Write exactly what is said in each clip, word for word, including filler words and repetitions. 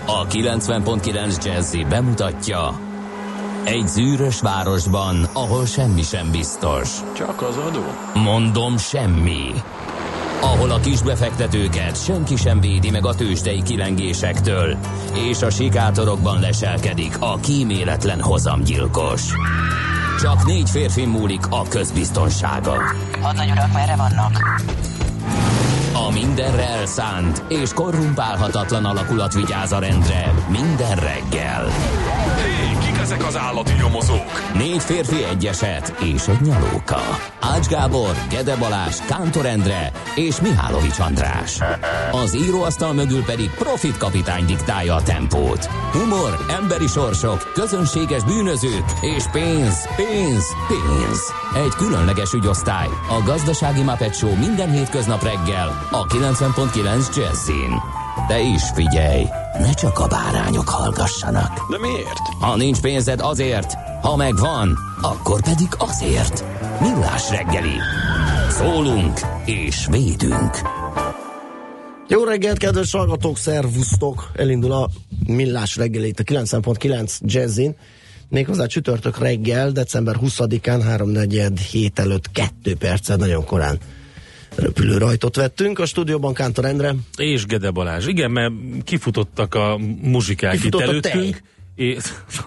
A kilencven pont kilenc Jazzy bemutatja: egy zűrös városban, ahol semmi sem biztos. Csak az adó? Mondom, semmi. Ahol a kisbefektetőket senki sem védi meg a tőzsdei kilengésektől, és a sikátorokban leselkedik a kíméletlen hozamgyilkos. Csak négy férfi múlik a közbiztonsága. Hadnagy urak, merre vannak? A mindenre elszánt és korrumpálhatatlan alakulat vigyáz a rendre minden reggel. Hé, kik ezek az állati nyomozók? Négy férfi, egy eset és egy nyalóka. Ács Gábor, Gede Balázs, Kántor Endre és Mihálovics András. Az íróasztal mögül pedig Profit kapitány diktálja a tempót. Humor, emberi sorsok, közönséges bűnözők és pénz, pénz, pénz. Egy különleges ügyosztály, a Gazdasági Muppet Show minden hétköznap reggel a kilencven pont kilenc Jazzin. De is figyelj, ne csak a bárányok hallgassanak. De miért? Ha nincs pénzed, azért, ha megvan, akkor pedig azért. Millás reggeli. Szólunk és védünk. Jó reggelt, kedves hallgatók, szervusztok! Elindul a Millás reggeli itt a kilencven pont kilenc Jazzin. Méghozzá csütörtök reggel, december huszadikán, háromnegyed hét előtt kettő perccel, nagyon korán röpülőrajtot vettünk. A stúdióban Kántor Endre. És Gede Balázs. Igen, mert kifutottak a muzsikák Kifutott itt a előttünk. És...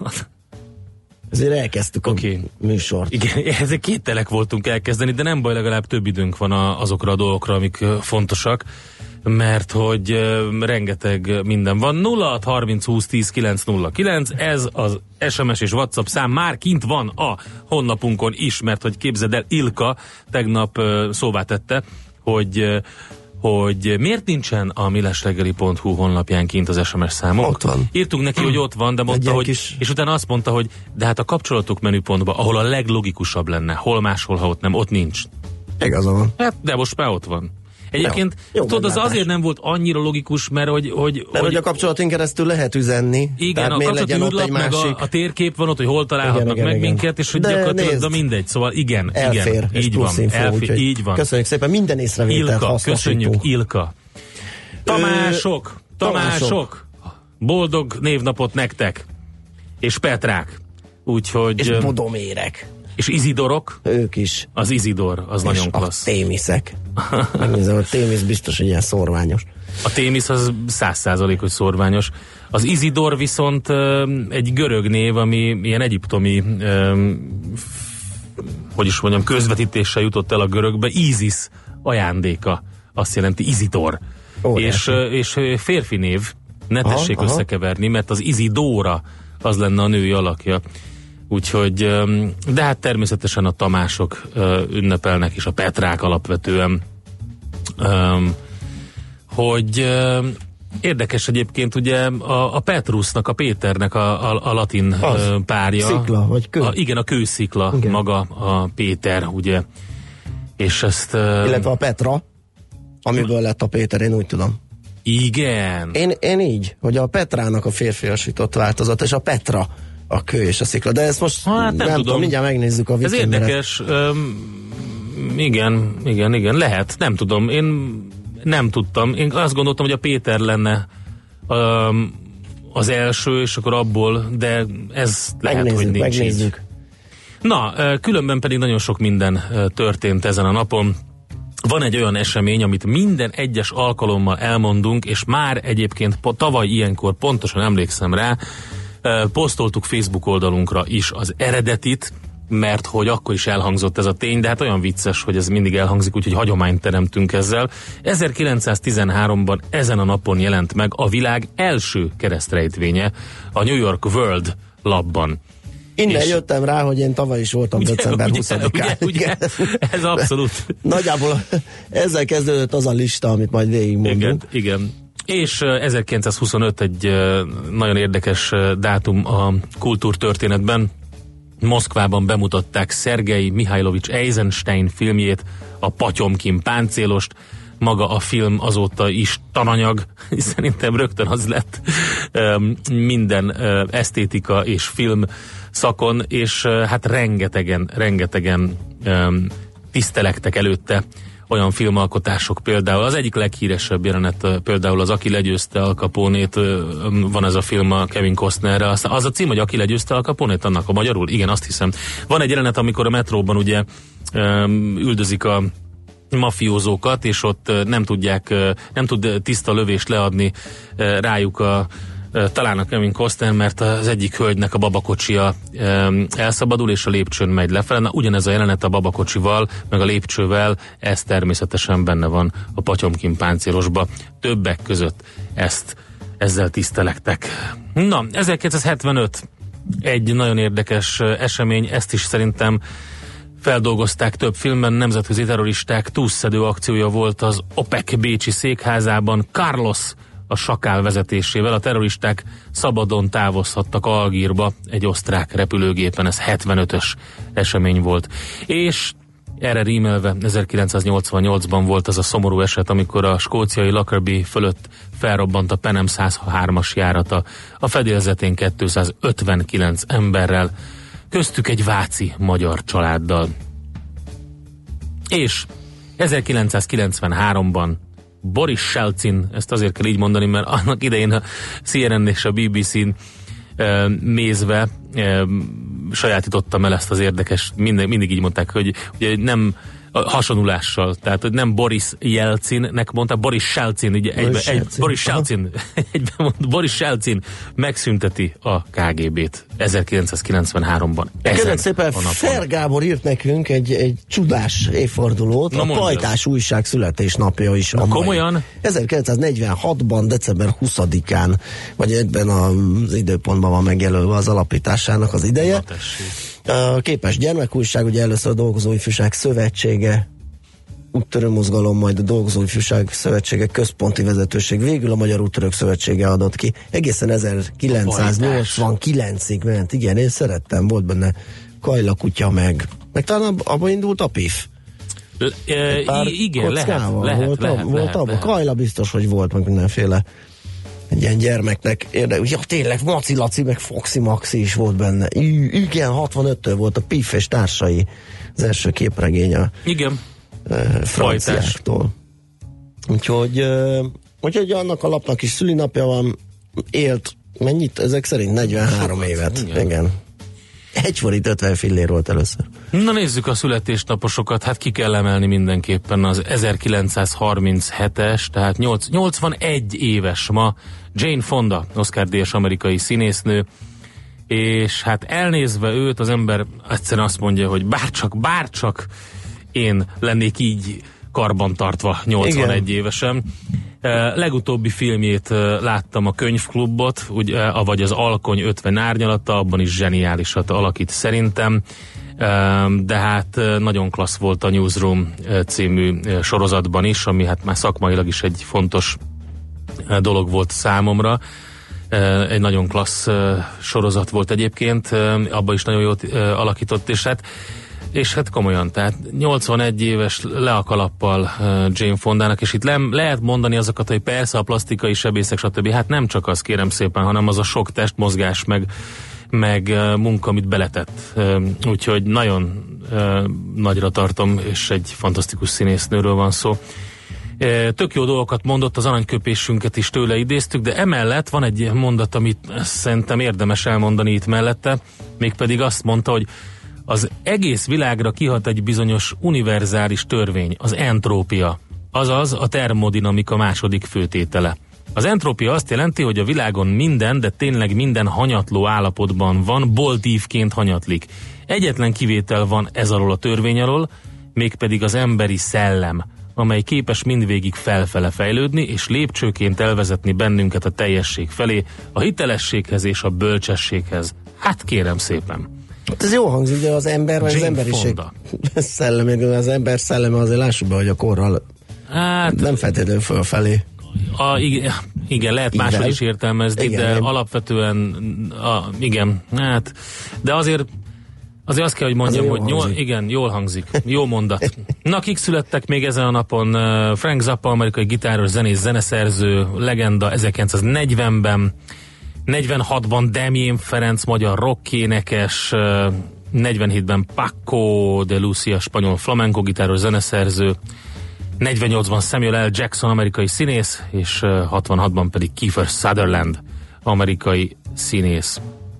Ezért elkezdtük okay. a műsort. Igen, ezek két telek voltunk elkezdeni, de nem baj, legalább több időnk van a, azokra a dolgokra, amik fontosak, mert hogy uh, rengeteg minden van. nulla hat harminc húsz tíz kilenc nulla kilenc, ez az es em es és WhatsApp szám már kint van a honlapunkon is, mert hogy képzeld el, Ilka tegnap uh, szóvá tette, hogy uh, hogy miért nincsen a millásreggeli pont hu honlapján kint az es em es számunk. Ott van. Írtunk neki, hogy ott van, de mondta, hogy, kis... és utána azt mondta, hogy de hát a kapcsolatok menüpontban, ahol a leglogikusabb lenne, hol máshol, ha ott nem, ott nincs. Igaza van. Hát, de most már ott van. Egyébként, jó, tudod, az azért nem volt annyira logikus, mert hogy... hogy, mert hogy, hogy a kapcsolaton keresztül lehet üzenni. Igen, a kapcsolati űrlap, meg a, a térkép van ott, hogy hol találhatnak igen, meg igen, minket, és hogy de gyakorlatilag, nézd, de mindegy, szóval igen, elfér, igen, így van, info, elfér, így van. Köszönjük szépen, minden észrevételt Ilka, hasznosítunk. köszönjük, Ilka. Tamások, Ö, Tamások, Tamások, boldog névnapot nektek, és Petrák, úgyhogy... És Bodomérek. És Izidorok. Ők is. Az Izidor, az és nagyon klassz. a Témiszek. Megnézem, hogy Témisz biztos, hogy ilyen szorványos. A Témisz az száz százalék, hogy szorványos. Az Izidor viszont uh, egy görög név, ami ilyen egyiptomi uh, hogy is mondjam, közvetítéssel jutott el a görögbe. Isis ajándéka. Azt jelenti Izidor. És, uh, és férfi név. Ne tessék aha, összekeverni, aha. mert az Izidóra az lenne a női alakja. Úgyhogy, de hát természetesen a Tamások ünnepelnek, és a Petrák alapvetően. Hogy érdekes egyébként ugye a, a Petrusnak, a Péternek a, a, a latin az, párja. Szikla, vagy kő. A, igen, a kőszikla, igen. Maga a Péter, ugye. És ezt... Illetve a Petra, amiből lett a Péter, én úgy tudom. Igen. Én, én így, hogy a Petrának a férfiasított változat, és a Petra a kő és a szikla, de ezt most hát, nem, nem tudom. tudom, mindjárt megnézzük a Wikimeret. Ez érdekes, um, igen, igen, igen, lehet, nem tudom, én nem tudtam, én azt gondoltam, hogy a Péter lenne um, az első, és akkor abból, de ez lehet, megnézzük, hogy nincs megnézzük. Így. Na, különben pedig nagyon sok minden történt ezen a napon. Van egy olyan esemény, amit minden egyes alkalommal elmondunk, és már egyébként tavaly ilyenkor pontosan emlékszem rá, posztoltuk Facebook oldalunkra is az eredetit, mert hogy akkor is elhangzott ez a tény, de hát olyan vicces, hogy ez mindig elhangzik, úgyhogy hagyományt teremtünk ezzel. ezerkilencszáztizenháromban ezen a napon jelent meg a világ első keresztrejtvénye a New York World labban. Innen és jöttem rá, hogy én tavaly is voltam ugye, december huszadikán. Ugye, ugye, ez abszolút. Nagyjából ezzel kezdődött az a lista, amit majd végigmondunk. Igen, igen. És ezerkilencszázhuszonöt egy nagyon érdekes dátum a kultúrtörténetben. Moszkvában bemutatták Szergej Mihajlovics Eisenstein filmjét, a Patyomkin páncélost. Maga a film azóta is tananyag, szerintem rögtön az lett minden esztétika és film szakon, és hát rengetegen, rengetegen tisztelektek előtte, olyan filmalkotások például. Az egyik leghíresebb jelenet például az Aki legyőzte Al Caponét, van ez a film a Kevin Costnerre. Az, az a cím, hogy Aki legyőzte Al Caponét, annak a magyarul? Igen, azt hiszem. Van egy jelenet, amikor a metróban ugye üldözik a mafiózókat, és ott nem tudják, nem tud tiszta lövést leadni rájuk a talán a Kevin Costner, mert az egyik hölgynek a babakocsia elszabadul, és a lépcsőn megy lefele. Na, ugyanez a jelenet a babakocsival, meg a lépcsővel, ez természetesen benne van a Potyomkin páncélosba. Többek között ezt, ezzel tisztelektek. Na, ezerkilencszázhetvenöt egy nagyon érdekes esemény, ezt is szerintem feldolgozták több filmben, nemzetközi terroristák túlszedő akciója volt az OPEC bécsi székházában. Carlos a sakál vezetésével a terroristák szabadon távozhattak Algírba egy osztrák repülőgépen, ez hetvenötös esemény volt. És erre rímelve ezerkilencszáznyolcvannyolcban volt az a szomorú eset, amikor a skóciai Lockerbie fölött felrobbant a Penem száz hármas járata, a fedélzetén kétszázötvenkilenc emberrel, köztük egy váci magyar családdal. És ezerkilencszázkilencvenháromban Boris Selzin, ezt azért kell így mondani, mert annak idején a C N N és a B B C-n e, mézve e, sajátítottam el ezt az érdekes, mindig, mindig így mondták, hogy ugye nem hasonlulással, tehát hogy nem Boris Jelcinnek mondta, Boris Selzin, ugye egyben, egy, Boris Selzin, egyben mond, Boris Selzin megszünteti a K G B-t ezerkilencszázkilencvenháromban. Kérlek szépen, Fer Gábor írt nekünk egy, egy csodás évfordulót, na, a Pajtás újság születésnapja is. Na, komolyan? ezerkilencszáznegyvenhatban, december huszadikán, vagy ebben az időpontban van megjelölve az alapításának az ideje. A Képes Gyermekújság, ugye először a Dolgozói Ifjúság Szövetsége, Úttörő Mozgalom, majd a Dolgozói Ifjúság Szövetsége központi vezetőség, végül a Magyar Úttörők Szövetsége adott ki. Egészen ezerkilencszáznyolcvankilencig ment, igen, én szerettem, volt benne Kajla kutya meg. Meg talán abban indult a Pif. E, igen, lehet, lehet, volt, lehet, volt lehet, abban. lehet. Kajla biztos, hogy volt, meg mindenféle egy ilyen gyermeknek érdekes. Ja, tényleg, Maci Laci, meg Foxy Maxi is volt benne. I, igen, hatvanöttől volt a Pif és társai, az első képregény a igen. E, franciáktól. Úgyhogy, e, úgyhogy annak a lapnak is szülinapja van, élt, mennyit? Ezek szerint negyvenhárom sokat, évet. Igen. igen. Egy forint ötven fillér volt először. Na nézzük a születésnaposokat, hát ki kell emelni mindenképpen az ezerkilencszázharminchetes, tehát nyolcvanegy éves ma Jane Fonda, Oscar-díjas amerikai színésznő, és hát elnézve őt az ember egyszerűen azt mondja, hogy bárcsak, bárcsak én lennék így karbantartva nyolcvanegy igen. évesen. Uh, legutóbbi filmjét uh, láttam, a Könyvklubot, ugye, vagy az Alkony ötven árnyalata, abban is zseniálisat alakít szerintem, uh, de hát uh, nagyon klassz volt a Newsroom uh, című uh, sorozatban is, ami hát már szakmailag is egy fontos uh, dolog volt számomra. Uh, egy nagyon klassz uh, sorozat volt egyébként, uh, abban is nagyon jót uh, alakított, és hát és hát komolyan, tehát nyolcvanegy éves le a kalappal uh, Jane Fondának, és itt le, lehet mondani azokat, hogy persze a plastikai sebészek, stb. Hát nem csak az, kérem szépen, hanem az a sok testmozgás, meg, meg uh, munka, amit beletett. Uh, úgyhogy nagyon uh, nagyra tartom, és egy fantasztikus színésznőről van szó. Uh, tök jó dolgokat mondott, az aranyköpésünket is tőle idéztük, de emellett van egy mondat, amit szerintem érdemes elmondani itt mellette, mégpedig azt mondta, hogy az egész világra kihat egy bizonyos univerzális törvény, az entrópia, azaz a termodinamika második főtétele. Az entrópia azt jelenti, hogy a világon minden, de tényleg minden hanyatló állapotban van, boltívként hanyatlik. Egyetlen kivétel van ez alól a törvény alól, mégpedig az emberi szellem, amely képes mindvégig felfele fejlődni, és lépcsőként elvezetni bennünket a teljesség felé, a hitelességhez és a bölcsességhez. Hát kérem szépen. Ez jó hangzik, de az ember, vagy az emberiség szelleme, az ember szelleme azért lássuk be, hogy a korral hát, nem feltétlenül fölfelé. A, igen, igen, lehet igen. máshogy is értelmezni, igen, de én... alapvetően a, igen, hát, de azért azért azt kell, hogy mondjam, hogy jól, igen, jól hangzik, jó mondat. Na, kik születtek még ezen a napon? Frank Zappa, amerikai gitáros, zenész, zeneszerző, legenda ezerkilencszáznegyvenben, negyvenhatban Damien Ferenc, magyar rockénekes, negyvenhétben Paco de Lucia, spanyol flamenco gitáros, zeneszerző, negyvennyolcban Samuel L. Jackson, amerikai színész, és hatvanhatban pedig Kiefer Sutherland, amerikai színész.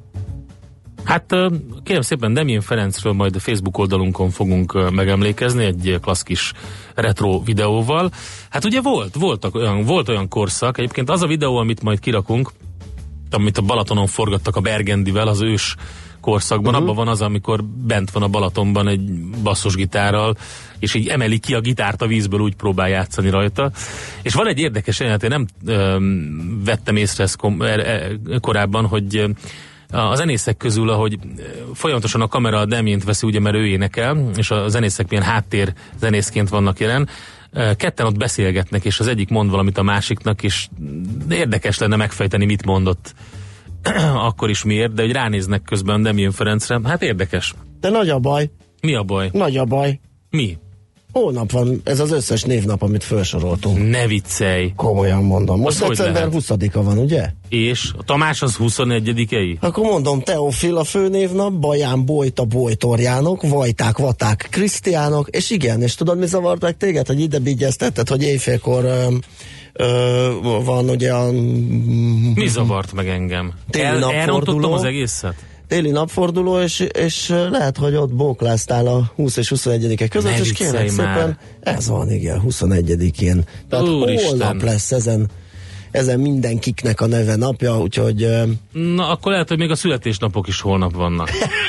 Hát kérem szépen, Damien Ferencről majd a Facebook oldalunkon fogunk megemlékezni egy klassz kis retro videóval. Hát ugye volt, voltak olyan, volt olyan korszak, egyébként az a videó, amit majd kirakunk, amit a Balatonon forgattak a Bergendivel, az ős korszakban, uh-huh. abban van az, amikor bent van a Balatonban egy basszusgitárral, és így emeli ki a gitárt a vízből, úgy próbál játszani rajta. És van egy érdekes jelenet, én nem öm, vettem észre ezt kom- er- er- korábban, hogy a zenészek közül, ahogy folyamatosan a kamera a Damient veszi, ugye, mert ő énekel, és a zenészek milyen háttér zenészként vannak jelen, ketten ott beszélgetnek, és az egyik mond valamit a másiknak, és érdekes lenne megfejteni, mit mondott akkor is miért, de hogy ránéznek közben Damien Ferencre, hát érdekes. De nagy a baj. Mi a baj? Nagy a baj. Mi? Holnap van ez az összes névnap, amit felsoroltunk. Ne viccelj. Komolyan mondom. Most december huszadika van, ugye? És a Tamás az huszonegyedikei? Akkor mondom, Teofil a főnévnap, Baján Bojta Bojtorjánok, Vajták Vaták Krisztiánok, és igen, és tudod, mi zavart meg téged, hogy ide bigyeztetted, hogy éjfélkor ö, ö, van ugye a... Mi zavart meg engem? El, elrontottam az egészet? Téli napforduló, és, és lehet, hogy ott bókláztál a húsz és huszonegyedike között, ne és kérlek szépen, ez van, igen, huszonegyedikén. Tehát Úristen. Holnap lesz ezen, ezen mindenkiknek a neve napja, úgyhogy... Na, akkor lehet, hogy még a születésnapok is holnap vannak.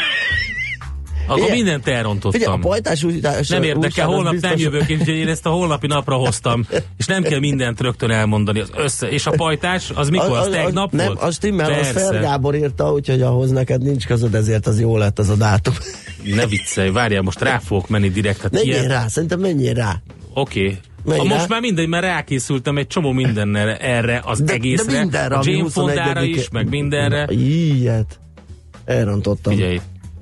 Akkor igen. Mindent elrontottam. Figyelj, a pajtás újtás, nem érdekel, holnap biztos... nem jövök, úgyhogy én ezt a holnapi napra hoztam, és nem kell mindent rögtön elmondani. Az össze. És a pajtás, az mikor? Az, az tegnap az, volt? Nem, az stimmel, az Fer Gábor írta, úgyhogy ahhoz neked nincs közöd, ezért az jó lett az a dátum. Ne viccelj, várjál, most rá fogok menni direkt. Hát menjél ilyen... rá, szerintem menjél rá. Oké. Okay. Most már mindegy, mert rákészültem egy csomó mindennel erre az de, egészre. De mindenre, a Jane Fondára is, meg mindenre. Ilyet. Elrontottam. Figyelj.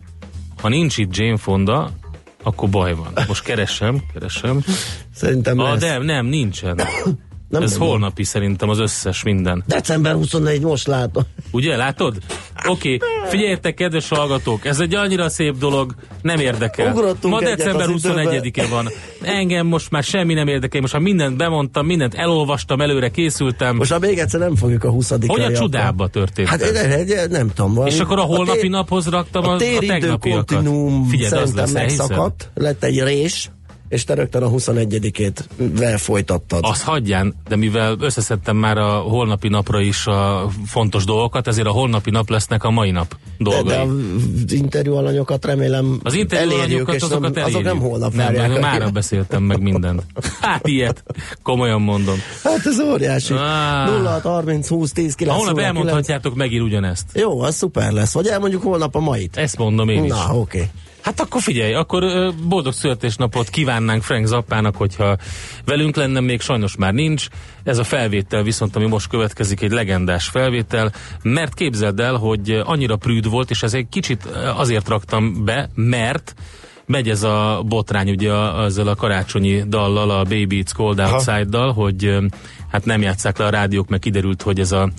Ha nincs itt Jane Fonda, akkor baj van. Most keresem, keresem. Szerintem ah, de nem, nincsen. Nem Ez nem holnapi nem. Szerintem az összes minden. december huszonegyedike most látom. Ugye, látod? Oké, okay. Figyeljetek, kedves hallgatók, ez egy annyira szép dolog, nem érdekel. Ugrottunk ma december huszonegyedike van. Engem most már semmi nem érdekel, most már mindent bemondtam, mindent elolvastam, előre készültem. Most már még egyszer nem fogjuk a huszadikai. Hogy a csodába történt? Hát nem, nem tudom. Valami. És akkor a holnapi a tér, naphoz raktam a, a, a tegnapiakat. Figyeld, az lesz, megszakadt, lett egy rés, és te rögtön a huszonegyedikét vel folytattad. Azt hagyján, de mivel összeszedtem már a holnapi napra is a fontos dolgokat, ezért a holnapi nap lesznek a mai nap dolgai. De, de az interjú alanyokat remélem az interjú elérjük, és azokat nem, azok nem holnap nem, várják. Nem, mára beszéltem meg mindent. Hát ilyet, komolyan mondom. Hát ez óriási. Ah. nulla hat harminc húsz tíz kilenc. Holnap elmondhatjátok megint ugyanezt. Jó, az szuper lesz. Vagy elmondjuk holnap a mait. Ezt mondom én is. Na, oké. Okay. Hát akkor figyelj, akkor boldog születésnapot kívánnánk Frank Zappának, hogyha velünk lenne, még sajnos már nincs. Ez a felvétel viszont, ami most következik, egy legendás felvétel, mert képzeld el, hogy annyira prűd volt, és ez egy kicsit azért raktam be, mert megy ez a botrány ugye azzal a karácsonyi dallal, a Baby It's Cold Outside-dal, hogy hát nem játsszák le a rádiók, meg kiderült, hogy ez a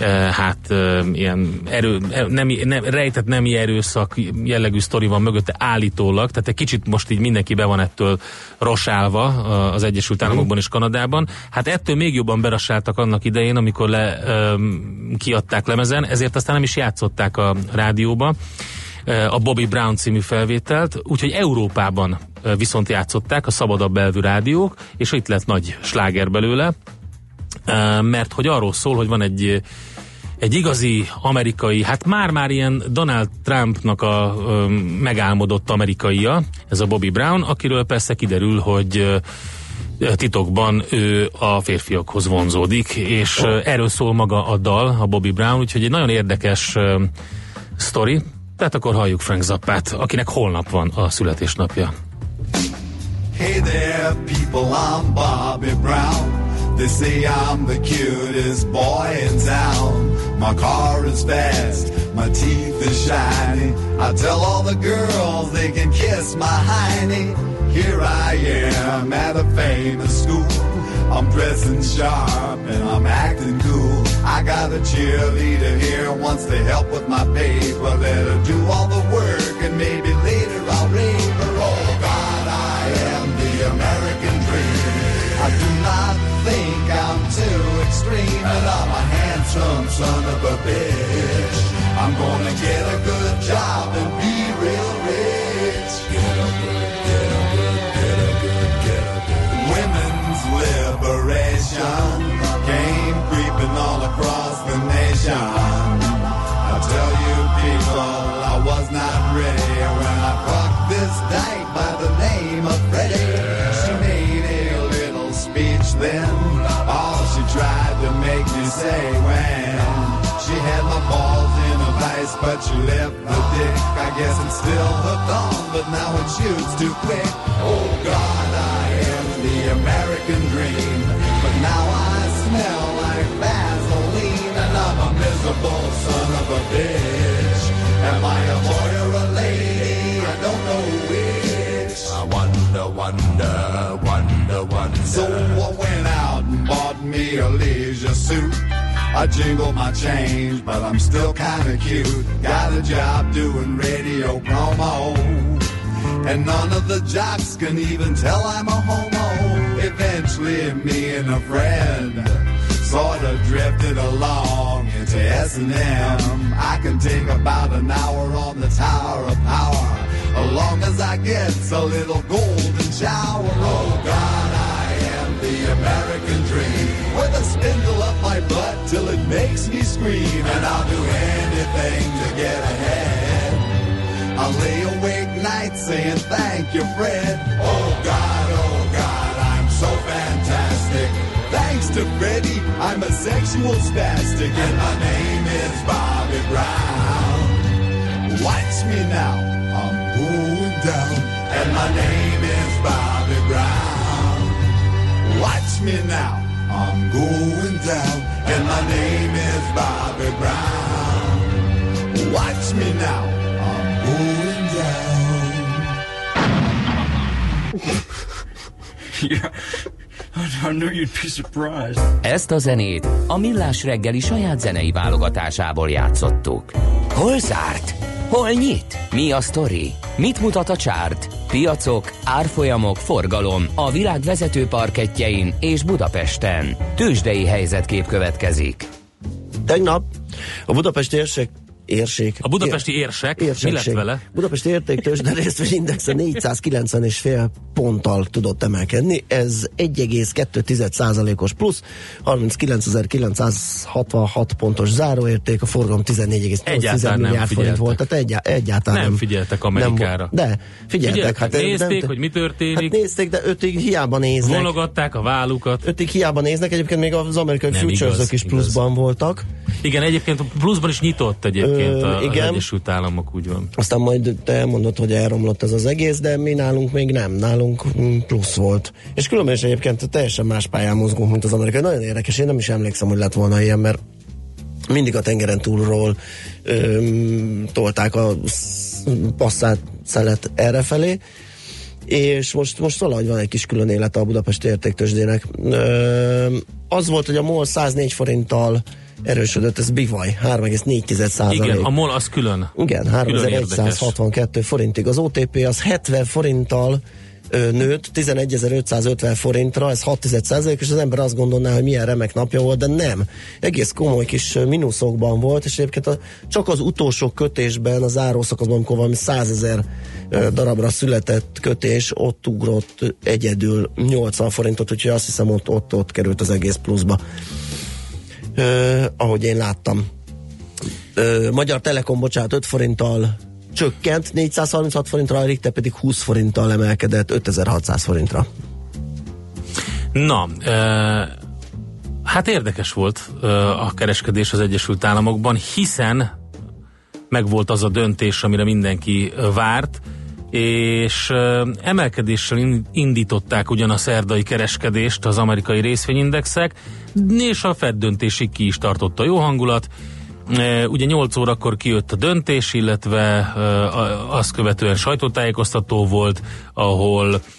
hát ilyen erő, nem, nem, rejtett nemi erőszak jellegű sztori van mögötte állítólag, tehát egy kicsit most így mindenki be van ettől rosálva az Egyesült Államokban és Kanadában. Hát ettől még jobban berasáltak annak idején, amikor le, um, kiadták lemezen, ezért aztán nem is játszották a rádióba a Bobby Brown című felvételt, úgyhogy Európában viszont játszották a szabadabb elvű rádiók, és itt lett nagy sláger belőle, mert hogy arról szól, hogy van egy egy igazi amerikai, hát már-már ilyen Donald Trumpnak a ö, megálmodott amerikaia, ez a Bobby Brown, akiről persze kiderül, hogy ö, titokban ő a férfiakhoz vonzódik, és ö, erről szól maga a dal, a Bobby Brown, úgyhogy egy nagyon érdekes ö, sztori. Tehát akkor halljuk Frank Zappát, akinek holnap van a születésnapja. Hey there people, I'm Bobby Brown. They say I'm the cutest boy in town. My car is fast, my teeth are shiny. I tell all the girls they can kiss my hiney. Here I am at a famous school. I'm dressing sharp and I'm acting cool. I got a cheerleader here, wants to help with my paper. Let her do all the work and maybe later I'll rape her. Oh God, I am the American dream. not think I'm too extreme, and I'm a handsome son of a bitch. I'm gonna get a good job and be real rich. Get a good, get a good, get a good, get a good. Women's liberation came creeping all across the nation. I tell you people, I was not ready when I fucked this dyke by the name of Freddie. She made a little speech then, all she tried to make me say when she had my balls in a vice, but she left the dick. I guess it's still hooked on, but now it shoots too quick. Oh God, I am the American dream, but now I smell like Vaseline, and I'm a miserable son of a bitch. Am I a boy or a lady? I don't know which. I wonder, wonder, wonder, wonder. So I went out and bought me a leisure suit. I jingle my change, but I'm still kinda cute. Got a job doing radio promo, and none of the jocks can even tell I'm a homo. Eventually me and a friend sort of drifted along into S and M. I can take about an hour on the Tower of Power, as long as I get a little golden shower. Oh God, I am the American dream, with a spindle up my butt till it makes me scream, and I'll do anything to get ahead. I'll lay awake nights saying thank you, Fred. Oh God, oh God, I'm so fantastic. Thanks to Freddie, I'm a sexual spastic, and my name is Bobby Brown. Watch me now, I'm going down, and my name is Bobby Brown. Watch me now, I'm going down, and my name is Bobby Brown. Watch me now, I'm going down. Yeah. I knew you'd be surprised. Ezt a zenét a Millás reggeli saját zenei válogatásából játszottuk. Hol zárt? Hol nyit? Mi a sztori? Mit mutat a csárt? Piacok, árfolyamok, forgalom a világ vezető parkettjein és Budapesten. Tőzsdei helyzetkép következik. Tegnap a Budapesti érsek Érség. A budapesti érsek, érsek mi lett vele? Budapesti értéktőzsde részvényindexe négyszázkilencven és fél ponttal tudott emelkedni. Ez egy egész kettő százalékos plusz, harminckilencezer-kilencszázhatvanhat pontos záróérték, a forgalom tizennégy egész nyolc milliárd forint volt. Tehát egy, egyáltalán nem, nem figyeltek Amerikára. Nem, de figyeltek. figyeltek Hát, nézték, nem, hogy mi történik. Hát nézték, de ötig hiába néznek. Vonogatták a vállukat. Ötig hiába néznek, egyébként még az amerikai futuresök is pluszban igaz. voltak. Igen, egyébként pluszban is nyitott egyébként. A, igen. Az Egyesült Államok, úgy van. Aztán majd te elmondod, hogy elromlott ez az egész, de mi nálunk még nem, nálunk plusz volt. És különben is egyébként teljesen más pályán mozgunk, mint az amerikai. Nagyon érdekes, én nem is emlékszem, hogy lett volna ilyen, mert mindig a tengeren túlról öm, tolták a passzát szelet errefelé, és most, most valahogy van egy kis külön élete a budapesti értéktőzsdének. Öm, az volt, hogy a MOL száznégy forinttal erősödött, ez bivaj, három egész négy százalék. Igen, a MOL az külön. Igen, háromezer-egyszázhatvankettő forintig. Az o té pé az hetven forinttal ö, nőtt, tizenegyezer-ötszázötven forintra, ez hat százalék, és az ember azt gondolná, hogy milyen remek napja volt, de nem. Egész komoly kis mínuszokban volt, és egyébként a, csak az utolsó kötésben, az zárószakaszban, amikor valami százezer darabra született kötés, ott ugrott egyedül nyolcvan forintot, úgyhogy azt hiszem ott, ott, ott került az egész pluszba. Uh, ahogy én láttam. Uh, Magyar Telekom, bocsánat, öt forinttal csökkent, négyszázharminchat forintra, a Richter pedig húsz forinttal emelkedett ötezer-hatszáz forintra. Na, uh, hát érdekes volt uh, a kereskedés az Egyesült Államokban, hiszen megvolt az a döntés, amire mindenki uh, várt, és uh, emelkedéssel indították ugyan a szerdai kereskedést az amerikai részvényindexek, és a Fed döntésig ki is tartott a jó hangulat. Uh, ugye nyolc órakor kijött a döntés, illetve uh, azt követően sajtótájékoztató volt, ahol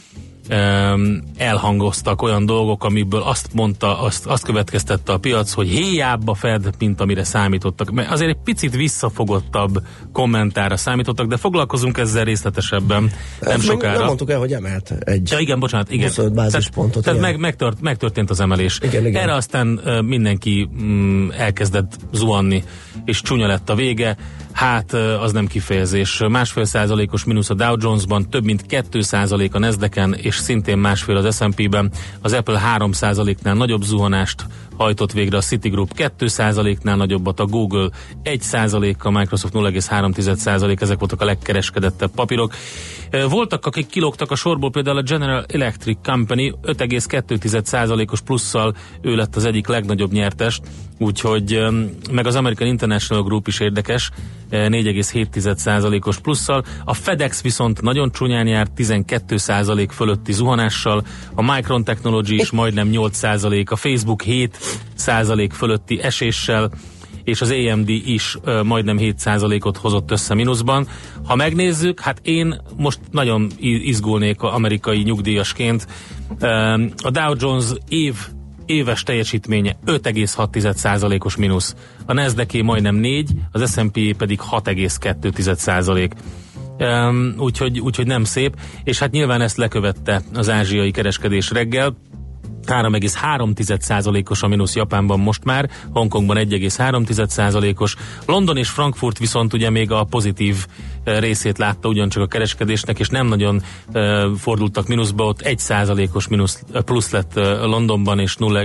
elhangoztak olyan dolgok, amiből azt mondta, azt, azt következtette a piac, hogy héjább a Fed, mint amire számítottak. Mert azért egy picit visszafogottabb kommentára számítottak, de foglalkozunk ezzel részletesebben nem sokára. Nem mondtuk el, hogy emelt egy ja, igen, bocsánat, igen. huszonöt bázispontot. Tehát, tehát meg, megtört, megtörtént az emelés. Igen, igen. Erre aztán uh, mindenki um, elkezdett zuhanni, és csúnya lett a vége. Hát az nem kifejezés. Másfél százalékos mínusz a Dow Jonesban, több mint két százalék a Nasdaqen, és szintén másfél az es and pé-ben. Az Apple három százaléknál nagyobb zuhanást hajtott végre, a Citigroup két százaléknál nagyobbat, a Google egy százalék, a Microsoft nulla egész három százalék, ezek voltak a legkereskedettebb papírok. Voltak, akik kilógtak a sorból, például a General Electric Company öt egész kettő százalékos plusszal, ő lett az egyik legnagyobb nyertes, úgyhogy meg az American International Group is érdekes, négy egész hét százalékos plusszal. A FedEx viszont nagyon csúnyán járt, tizenkét százalék fölötti zuhanással, a Micron Technology is majdnem nyolc százalék, a Facebook hét százalék fölötti eséssel, és az á em dé is uh, majdnem hét százalékot hozott össze mínuszban. Ha megnézzük, hát én most nagyon izgulnék amerikai nyugdíjasként. Uh, a Dow Jones év éves teljesítménye öt egész hat százalékos mínusz. A Nasdaqé majdnem négy, az es and pé pedig hat egész kettő százalék. Um, úgyhogy, úgyhogy nem szép, és hát nyilván ezt lekövette az ázsiai kereskedés reggel. három egész három százalékos a mínusz Japánban most már, Hongkongban egy egész három százalékos. London és Frankfurt viszont ugye még a pozitív részét látta ugyancsak a kereskedésnek, és nem nagyon uh, fordultak mínuszba, ott egy százalékos mínusz plusz lett uh, Londonban, és nulla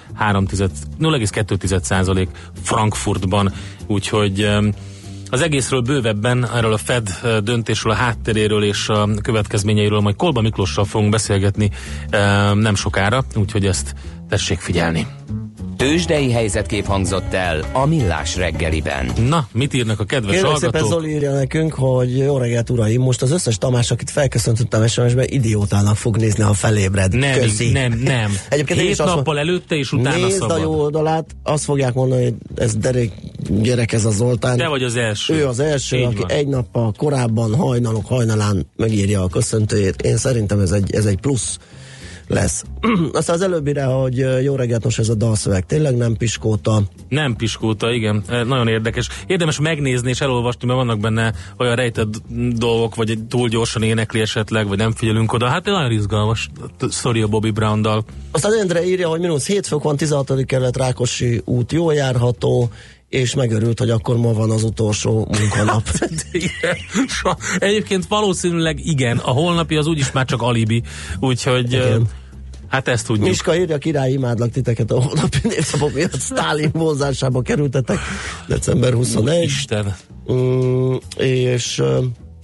egész kettő százalék Frankfurtban, úgyhogy um, az egészről bővebben, erről a Fed döntésről, a hátteréről és a következményeiről majd Kolba Miklossal fogunk beszélgetni nem sokára, úgyhogy ezt tessék figyelni. Tőzsdei helyzetkép hangzott el a Millás reggeliben. Na, mit írnak a kedves Kérlek hallgatók? szépen Zoli írja nekünk, hogy jó reggelt uraim, most az összes Tamás, akit felköszöntöttem es em es-ben, idiótának fog nézni, ha felébred. Nem, Köszi. nem, nem. Egyébként Hét nappal előtte és utána nézd szabad. a jó oldalát, azt fogják mondani, hogy ez derék gyerek, ez a Zoltán. Te vagy az első. Ő az első, Így aki van. egy nappal korábban, hajnalok hajnalán megírja a köszöntőjét. Én szerintem ez egy, ez egy plusz lesz. Aztán az előbbire, hogy jó reggelt, most ez a dalszöveg tényleg nem piskóta. Nem piskóta, igen. Nagyon érdekes. Érdemes megnézni és elolvasni, mert vannak benne olyan rejtett dolgok, vagy túl gyorsan énekli esetleg, vagy nem figyelünk oda. Hát nagyon izgalmas sztori a Bobby Brown-dal. Aztán Endre írja, hogy mínusz hét fok van, tizenhatodik kerület Rákosi út jól járható, és megörült, hogy akkor ma van az utolsó munkanap. Igen. Egyébként valószínűleg igen, a holnapi az úgyis már csak alibi, úgyhogy igen. Hát ezt tudjuk. Miska írja, király, imádlak titeket a holnapi névszavak miatt Sztálin vonzásába kerültetek december huszonegyedike. Isten. Mm, és uh,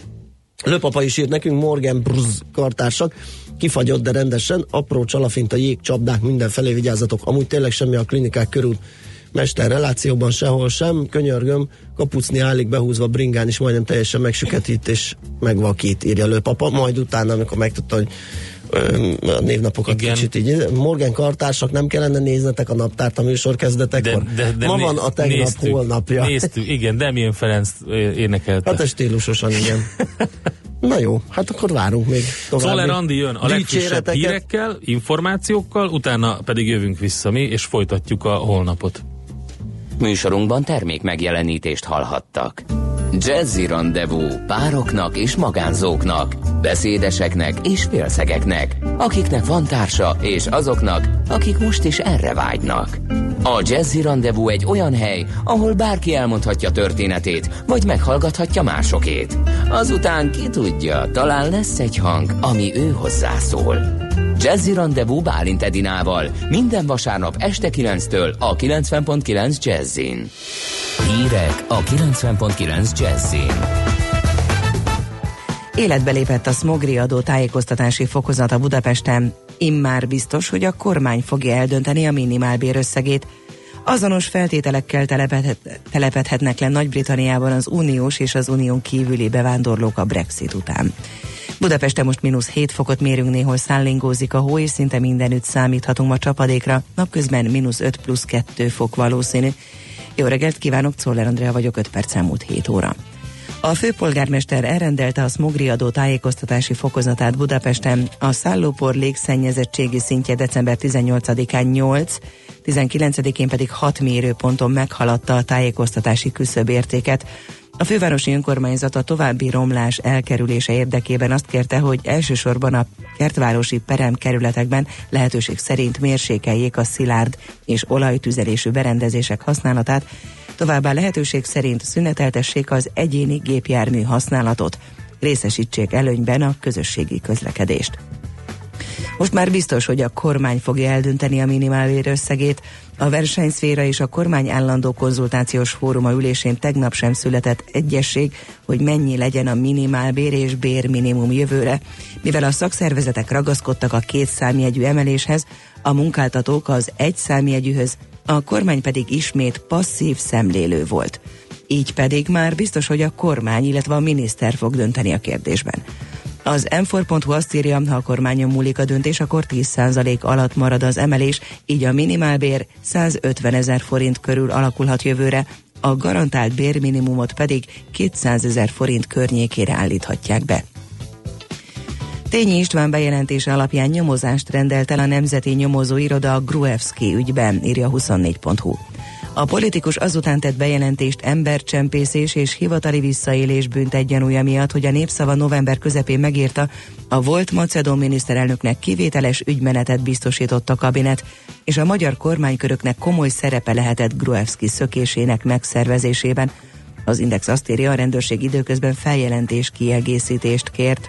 Lőpapa is írt nekünk, Morgan Bruz kartársak, kifagyott, de rendesen, apró csalafint a jégcsapdák, mindenfelé vigyázzatok, amúgy tényleg semmi a klinikák körül, mester relációban sehol sem, könyörgöm, kapucni állik behúzva, bringán is majdnem teljesen megsüketít és megvakít, írja Lőpapa, majd utána, amikor megtudta, hogy a névnapokat igen. Kicsit így. Morgan kartársak, nem kellene néznetek a naptárt a műsor kezdetekor? De, de, de ma né- van a tegnap néztük, holnapja. Néztük, igen, Damien Ferenc énekelte. Hát ez stílusosan, igen. Na jó, hát akkor várunk még további. Szóval Andi jön a legfrissebb hírekkel, információkkal, utána pedig jövünk vissza mi, és folytatjuk a holnapot. Műsorunkban termék megjelenítést hallhattak. Jazzy Rendezvú pároknak és magánzóknak, beszédeseknek és félszegeknek, akiknek van társa és azoknak, akik most is erre vágynak. A Jazzy Rendezvú egy olyan hely, ahol bárki elmondhatja történetét, vagy meghallgathatja másokét. Azután ki tudja, talán lesz egy hang, ami ő hozzászól. Jazzy Rendezvú Bálint Edinával minden vasárnap este kilenctől a kilencven pont kilenc Jazzin. Hírek a kilencven pont kilenc Jazzin. Életbe lépett a szmogriadó tájékoztatási fokozata Budapesten. Immár biztos, hogy a kormány fogja eldönteni a minimálbér összegét. Azonos feltételekkel telepedhetnek le Nagy-Britanniában az uniós és az unión kívüli bevándorlók a Brexit után. Budapesten most mínusz hét fokot mérünk, néhol szállingózik a hó, és szinte mindenütt számíthatunk ma csapadékra, napközben mínusz öt plusz kettő fok valószínű. Jó reggelt kívánok, Czoller Andrea vagyok, öt perc elmúlt hét óra. A főpolgármester elrendelte a szmogri adó tájékoztatási fokozatát Budapesten. A szállópor légszennyezettségi szintje december tizennyolcadikán nyolc, tizenkilencedikén pedig hat mérőponton meghaladta a tájékoztatási küszöbértéket. A fővárosi önkormányzat a további romlás elkerülése érdekében azt kérte, hogy elsősorban a kertvárosi peremkerületekben lehetőség szerint mérsékeljék a szilárd és olajtüzelésű berendezések használatát, továbbá lehetőség szerint szüneteltessék az egyéni gépjármű használatot, részesítsék előnyben a közösségi közlekedést. Most már biztos, hogy a kormány fogja eldönteni a minimálbér összegét. A versenyszféra és a kormány állandó konzultációs fóruma ülésén tegnap sem született egyesség, hogy mennyi legyen a minimálbér és bérminimum jövőre. Mivel a szakszervezetek ragaszkodtak a két számjegyű emeléshez, a munkáltatók az egy számjegyűhöz, a kormány pedig ismét passzív szemlélő volt. Így pedig már biztos, hogy a kormány, illetve a miniszter fog dönteni a kérdésben. Az em négy pont hu azt írja, ha a kormányon múlik a döntés, akkor tíz százalék alatt marad az emelés, így a minimálbér százötvenezer forint körül alakulhat jövőre, a garantált bérminimumot pedig kétszázezer forint környékére állíthatják be. Tényi István bejelentése alapján nyomozást rendelt el a Nemzeti Nyomozóiroda a Gruevski ügyben, írja huszonnégy pont hu. A politikus azután tett bejelentést embercsempészés és hivatali visszaélés bűntegyenúja miatt, hogy a Népszava november közepén megírta, a volt macedón miniszterelnöknek kivételes ügymenetet biztosított a kabinet, és a magyar kormányköröknek komoly szerepe lehetett Gruevski szökésének megszervezésében. Az Index azt írja, a rendőrség időközben feljelentés kiegészítést kért.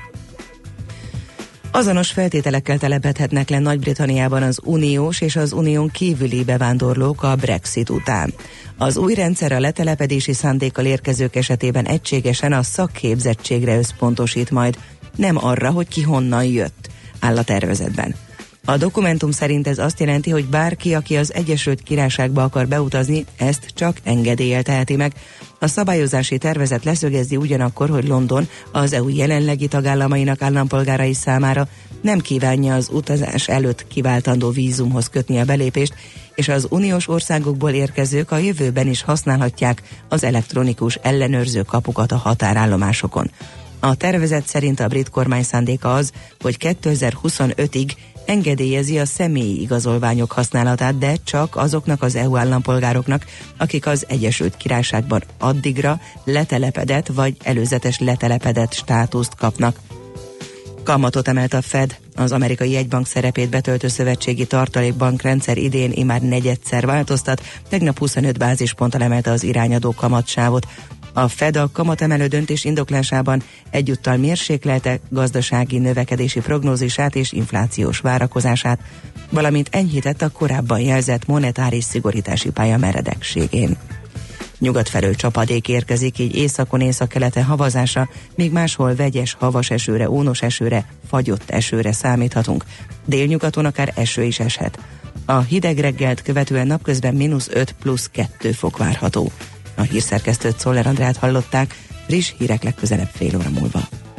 Azonos feltételekkel telepedhetnek le Nagy-Britanniában az uniós és az unión kívüli bevándorlók a Brexit után. Az új rendszer a letelepedési szándékkal érkezők esetében egységesen a szakképzettségre összpontosít majd, nem arra, hogy ki honnan jött, áll a tervezetben. A dokumentum szerint ez azt jelenti, hogy bárki, aki az Egyesült Királyságba akar beutazni, ezt csak engedéllyel teheti meg. A szabályozási tervezet leszögezi ugyanakkor, hogy London az é u jelenlegi tagállamainak állampolgárai számára nem kívánja az utazás előtt kiváltandó vízumhoz kötni a belépést, és az uniós országokból érkezők a jövőben is használhatják az elektronikus ellenőrző kapukat a határállomásokon. A tervezet szerint a brit kormány szándéka az, hogy kétezer-huszonötig engedélyezi a személyi igazolványok használatát, de csak azoknak az é u állampolgároknak, akik az Egyesült Királyságban addigra letelepedett vagy előzetes letelepedett státuszt kapnak. Kamatot emelt a Fed, az amerikai jegybank szerepét betöltő szövetségi tartalékbankrendszer idén immár negyedszer változtat, tegnap huszonöt bázisponttal emelte az irányadó kamatsávot. A Fed a kamatemelő döntés indoklásában egyúttal mérséklelte gazdasági növekedési prognózisát és inflációs várakozását, valamint enyhített a korábban jelzett monetáris szigorítási pálya meredekségén. Nyugat felől csapadék érkezik, így északon északkeleten havazásra, míg máshol vegyes havas esőre, ónos esőre, fagyott esőre számíthatunk. Délnyugaton akár eső is eshet. A hideg reggelt követően napközben mínusz öt plusz kettő fok várható. A hírszerkesztőt, Szoller Andrát hallották, friss hírek legközelebb fél óra múlva.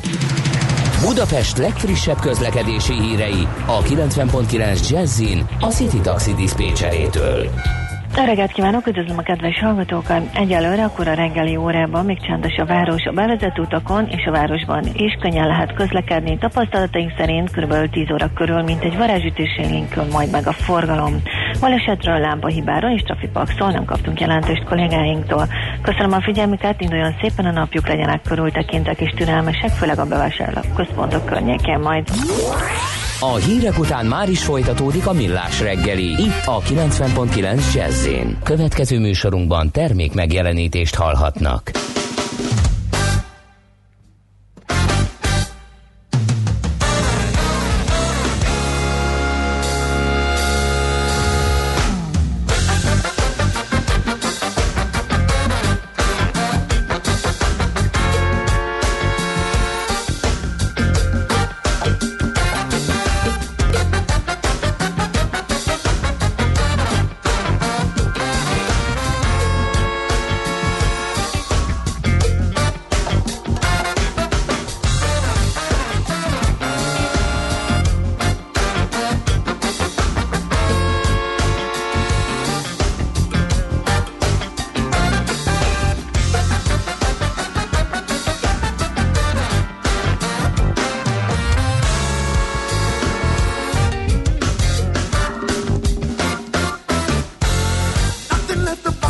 Budapest legfrissebb közlekedési hírei a kilencven pont kilenc Jazzin a City Taxi diszpécserétől. A reggelt kívánok, üdvözlöm a kedves hallgatókat! Egyelőre akkor a reggeli órában még csendes a város, a bevezető utakon és a városban is könnyen lehet közlekedni. Tapasztalataink szerint kb. tíz óra körül, mint egy varázsütés élénkül majd meg a forgalom. Balesetről, lámpahibáról és trafipaxról nem kaptunk jelentést kollégáinktól. Köszönöm a figyelmüket, induljon szépen a napjuk, legyenek körültekintek és türelmesek, főleg a bevásárlók központok környékén majd. A hírek után már is folytatódik a Millás reggeli, itt a kilencven pont kilenc Jazz-én. Következő műsorunkban termék megjelenítést hallhatnak.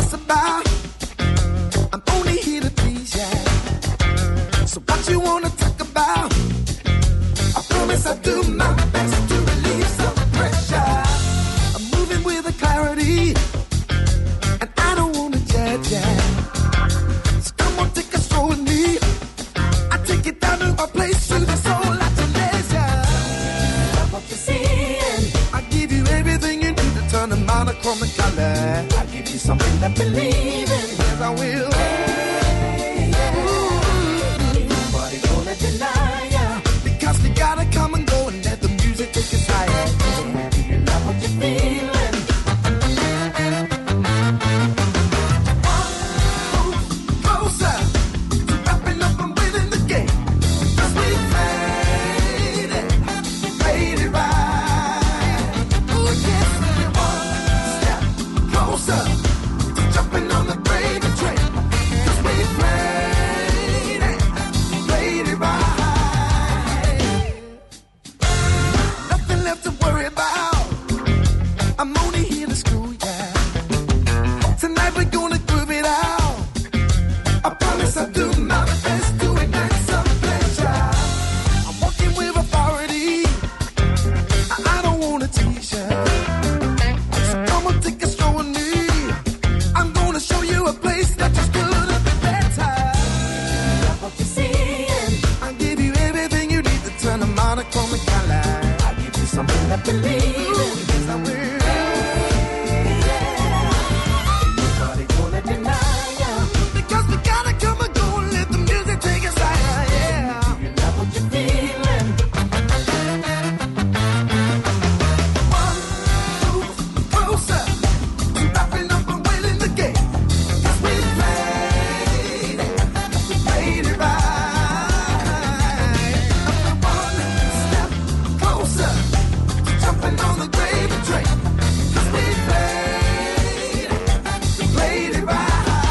fuss about? I'm only here to please ya. So what you wanna talk about? I promise I'll do my best to relieve some pressure. I'm moving with a clarity, and I don't wanna judge ya. So come on, take a stroll with me. I take it down to a place through the soul at your leisure. Love what you're seeing. I give you everything you need to turn a monochrome color. I'll give you something to believe in. Yes, I will. Hey, yeah. Nobody gonna deny ya. Because we gotta come and go and let the music take us higher. Do you love what you're feeling? One move closer to wrapping up and winning the game. Cause we played it, played it right. Oh yes, we're one step closer to jumping on the gravy train. Cause we played it, played it right. Nothing left to worry about. I'm only here to school, yeah. Tonight we're gonna groove it out. I promise I'll do my best to ignite some pleasure. I'm walking with authority. I, I don't wanna tease ya. So come on, take a stroll with me. I'm gonna show you a place that just couldn't be better. Love what you're seeing. I'll give you everything you need to turn a monochrome color. I'll give you something to believe in. Yes, I will. Nobody gonna deny ya. Because we gotta come and go and let the music take us higher, yeah. You love what you're feeling. One move closer to wrapping up and winning the game. Cause we played it, we played it right. One step closer to jumping on the gravy train. Cause we played it, we played it right.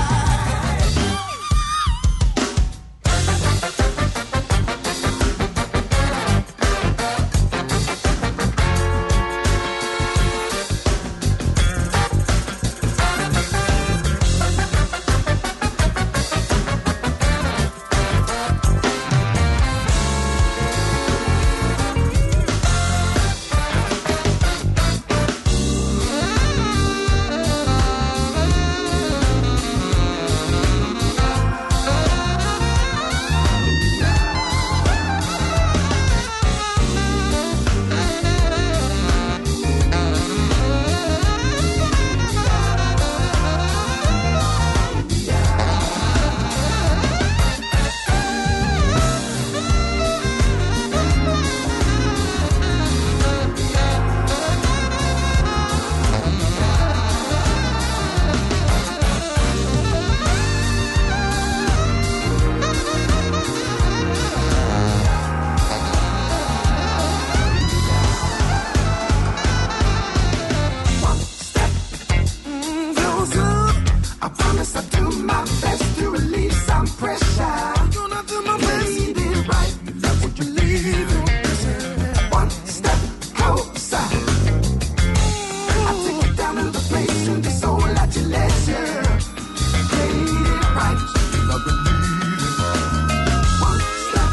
One step mm, closer. I promise I'll do my best to relieve some pressure. Gonna do my best. Lead it right. Love what you believe in. One step closer. I'll take you down to the place in the soul at your leisure. Lead it right. Love and lead it. One step.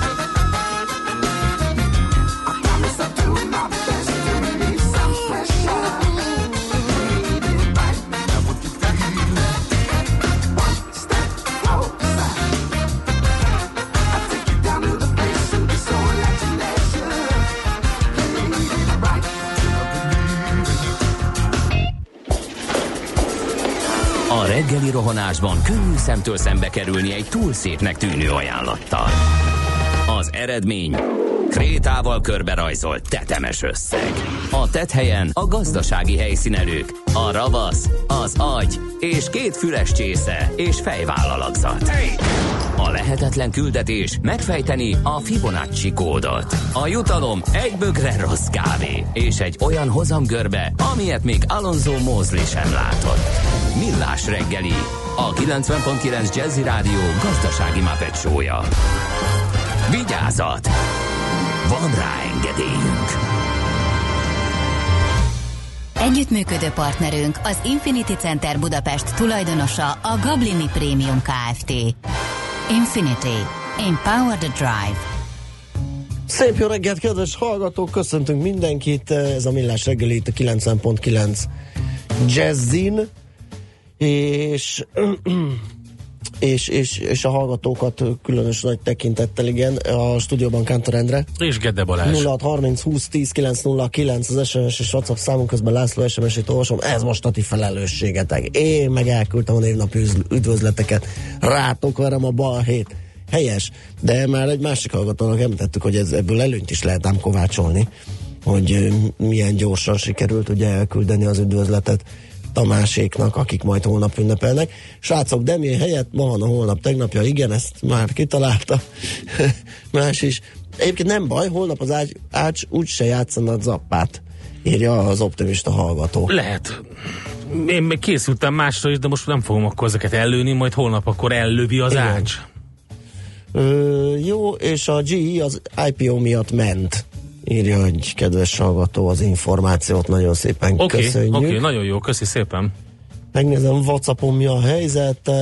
I promise I'll do my best to relieve some pressure. Lead it right. Love what you feel. One step closer. I'll take you down to the place in the soul at your leisure. Lead it right. Love and lead it. A reggeli rohanásban könnyű szemtől szembe kerülni egy túl szépnek tűnő ajánlattal. Az eredmény krétával körberajzolt tetemes összeg. A tetthelyen a gazdasági helyszínelők, a ravasz, az agy és két füles csésze és fejvállalakzat. A lehetetlen küldetés megfejteni a Fibonacci kódot. A jutalom egy bögre rossz kávé és egy olyan hozamgörbe, amilyet még Alonso Mosley sem látott. Millás reggeli, a kilencven pont kilenc Jazzy Rádió gazdasági Muppet show-ja. Vigyázat! Van rá engedélyünk! Együttműködő partnerünk az Infinity Center Budapest tulajdonosa a Gablini Premium Kft. Infinity. Empower the Drive. Szép jó reggelt, kedves hallgatók, köszöntünk mindenkit, ez a Millás reggeli itt a kilencven pont kilenc Jazzin, és, és, és, és a hallgatókat különös nagy tekintettel, igen, a stúdióban Kántor Endre. És Gede Balázs. nulla hat harminc húsz tíz kilenc nulla kilenc az es em es és WhatsApp számunk, közben László es em es-ét olvasom, ez most a ti felelősségetek. Én meg elküldtem a névnapi üdvözleteket, rátok verem a balhét. Helyes, de már egy másik hallgatónak említettük, hogy ez, ebből előnyt is lehet ám kovácsolni, hogy milyen gyorsan sikerült ugye elküldeni az üdvözletet Tamáséknak, akik majd holnap ünnepelnek. Srácok, Demi helyett ma van a holnap tegnapja, igen, ezt már kitalálta más is. Egyébként nem baj, holnap az Ács, Ács úgyse játszana a zappát, írja az optimista hallgató. Lehet. Én még készültem másra is, de most nem fogom akkor ezeket ellőni, majd holnap akkor ellövi az igen. Ács. Ö, jó, és a gé é az i pé o miatt ment, írja egy kedves hallgató az információt, nagyon szépen okay, köszönjük. Oké, okay, nagyon jó, köszi szépen. Megnézem WhatsAppon mi a helyzet.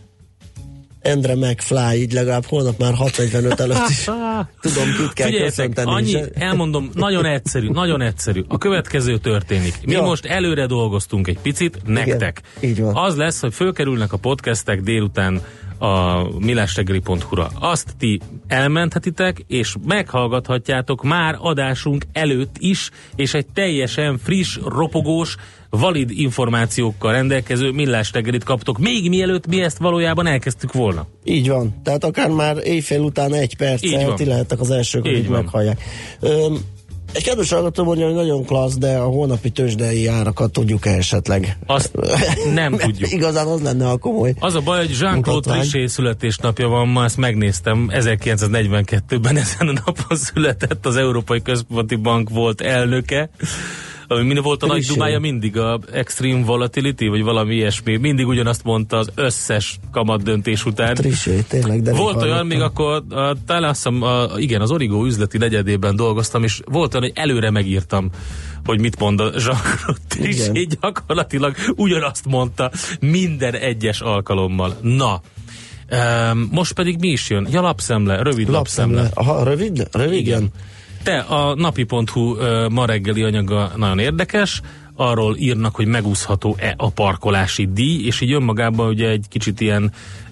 Endre McFly, így legalább holnap már hat negyvenöt előtt is tudom, kit kell köszönteni. Annyi, elmondom, nagyon egyszerű, nagyon egyszerű. A következő történik. Mi ja. most előre dolgoztunk egy picit, nektek. Igen, így van. Az lesz, hogy fölkerülnek a podcastek délután a millásreggeli pont hu-ra. Azt ti elmenthetitek, és meghallgathatjátok már adásunk előtt is, és egy teljesen friss, ropogós, valid információkkal rendelkező millásreggelit kaptok, még mielőtt mi ezt valójában elkezdtük volna. Így van. Tehát akár már éjfél után egy perccel ti lehettek az elsők, akik meghallják. Öm, egy kedves hallgató mondja, hogy nagyon klassz, de a holnapi tőzsdei árakat tudjuk esetleg? Azt nem tudjuk. Igazán az lenne a komoly. Az a baj, hogy Jean-Claude Trichet születésnapja van ma, ezt megnéztem, ezerkilencszáznegyvenkettőben ezen a napon született, az Európai Központi Bank volt elnöke. Ami volt a nagy dumája mindig, a extreme volatility, vagy valami ilyesmi. Mindig ugyanazt mondta az összes kamat döntés után. Trichet, tényleg, de volt olyan, hallottam. Még akkor a, talán azt hiszem, a, igen, az Origo üzleti negyedében dolgoztam, és volt olyan, hogy előre megírtam, hogy mit mond a Jean-Claude Trichet, gyakorlatilag ugyanazt mondta minden egyes alkalommal. Na, um, most pedig mi is jön? Ja, lapszemle, rövid lapszemle. lapszemle. Aha, rövid? Rövid? Igen. Te, a napi pont hu uh, ma reggeli anyaga nagyon érdekes, arról írnak, hogy megúszható-e a parkolási díj, és így önmagában ugye egy kicsit ilyen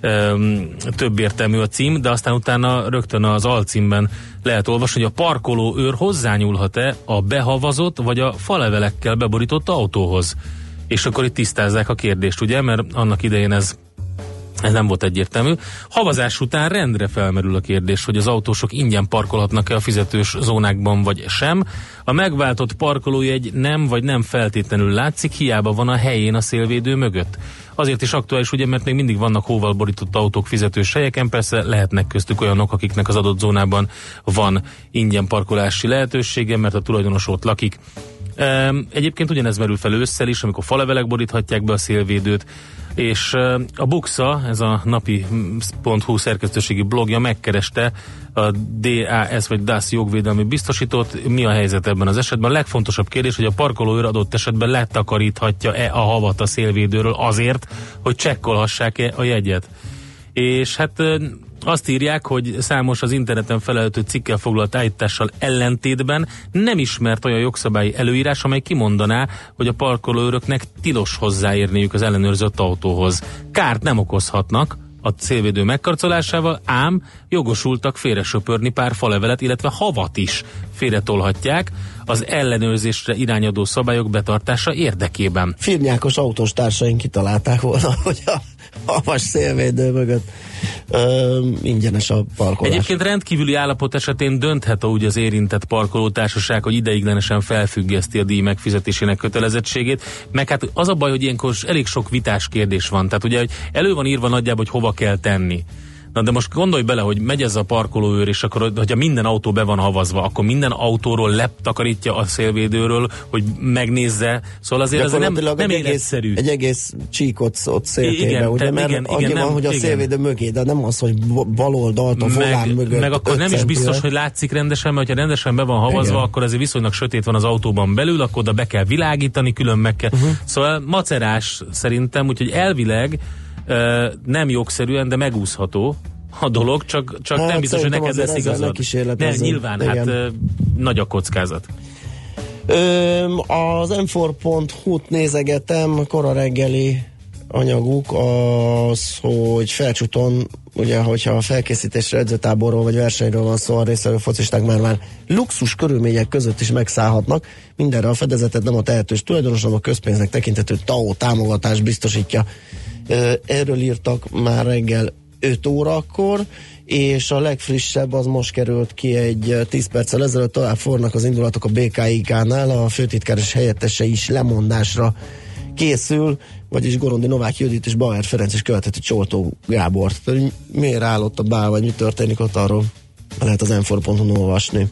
um, többértelmű a cím, de aztán utána rögtön az alcímben lehet olvasni, hogy a parkolóőr hozzányúlhat-e a behavazott vagy a falevelekkel beborított autóhoz. És akkor itt tisztázzák a kérdést, ugye, mert annak idején ez Ez nem volt egyértelmű. Havazás után rendre felmerül a kérdés, hogy az autósok ingyen parkolhatnak-e a fizetős zónákban, vagy sem. A megváltott parkolójegy nem vagy nem feltétlenül látszik, hiába van a helyén a szélvédő mögött. Azért is aktuális, ugye, mert még mindig vannak hóval borított autók fizetős helyeken, persze lehetnek köztük olyanok, akiknek az adott zónában van ingyen parkolási lehetősége, mert a tulajdonos ott lakik. Egyébként ugyanez merül fel ősszel is, amikor falevelek boríthatják be a szélvédőt, és a Buxa, ez a napi pont hu szerkesztőségi blogja megkereste a dé á es vagy dé á es jogvédelmi biztosítót. Mi a helyzet ebben az esetben? A legfontosabb kérdés, hogy a parkolóőr adott esetben letakaríthatja-e a havat a szélvédőről azért, hogy csekkolhassák-e a jegyet. És hát azt írják, hogy számos az interneten felelhető cikkel foglalt állítással ellentétben nem ismert olyan jogszabályi előírás, amely kimondaná, hogy a parkolóőröknek tilos hozzáérniük az ellenőrzött autóhoz. Kárt nem okozhatnak a szélvédő megkarcolásával, ám jogosultak félresöpörni pár falevelet, illetve havat is félretolhatják az ellenőrzésre irányadó szabályok betartása érdekében. Firnyákos autós társaink kitalálták volna, hogy a havas szélvédő mögött ö, ingyenes a parkolás. Egyébként rendkívüli állapot esetén dönthet úgy az érintett parkolótársaság, hogy ideiglenesen felfüggeszti a díj megfizetésének kötelezettségét, meg hát az a baj, hogy ilyenkor elég sok vitás kérdés van, tehát ugye elő van írva nagyjából, hogy hova kell tenni. Na de most gondolj bele, hogy megy ez a parkolóőr, és akkor, hogyha minden autó be van havazva, akkor minden autóról letakarítja a szélvédőről, hogy megnézze. Szóval azért ez nem, nem egy életszerű. Egész, egy egész csíkot ott széltébe, igen, ugye, mert igen, annyi igen, van, nem, hogy a igen. szélvédő mögé, de nem az, hogy baloldalt a volán mögött. Meg akkor nem is biztos, hogy látszik rendesen, mert ha rendesen be van havazva, igen. akkor azért viszonylag sötét van az autóban belül, akkor oda be kell világítani, külön meg kell. Uh-huh. Szóval macerás szerintem, úgyhogy elvileg uh, nem jogszerűen, de megúszható a dolog, csak, csak hát, nem biztos, hogy neked lesz igazad. Nem, nyilván, igen. hát uh, nagy a kockázat. Ö, az em négy pont hu-t nézegetem, kora reggeli anyaguk az, hogy Felcsúton, ugye, hogyha a felkészítésre, edzőtáborról vagy versenyről van szó, a résztvevő focisták már már luxus körülmények között is megszállhatnak. Mindenre a fedezetet nem a tehetős tulajdonos, hanem a közpénznek tekintető té á o támogatás biztosítja. Erről írtak már reggel öt órakor, és a legfrissebb az most került ki egy tíz perccel ezelőtt, tovább fornak az indulatok a bé ká i ká-nál, a főtitkár és helyettese is lemondásra készül, vagyis Gorondi Novák Judit és Bauer Ferenc is követheti Csoltó Gábort. Miért állott a bál, vagy mi történik ott, arról lehet az em négy pont hu-n olvasni.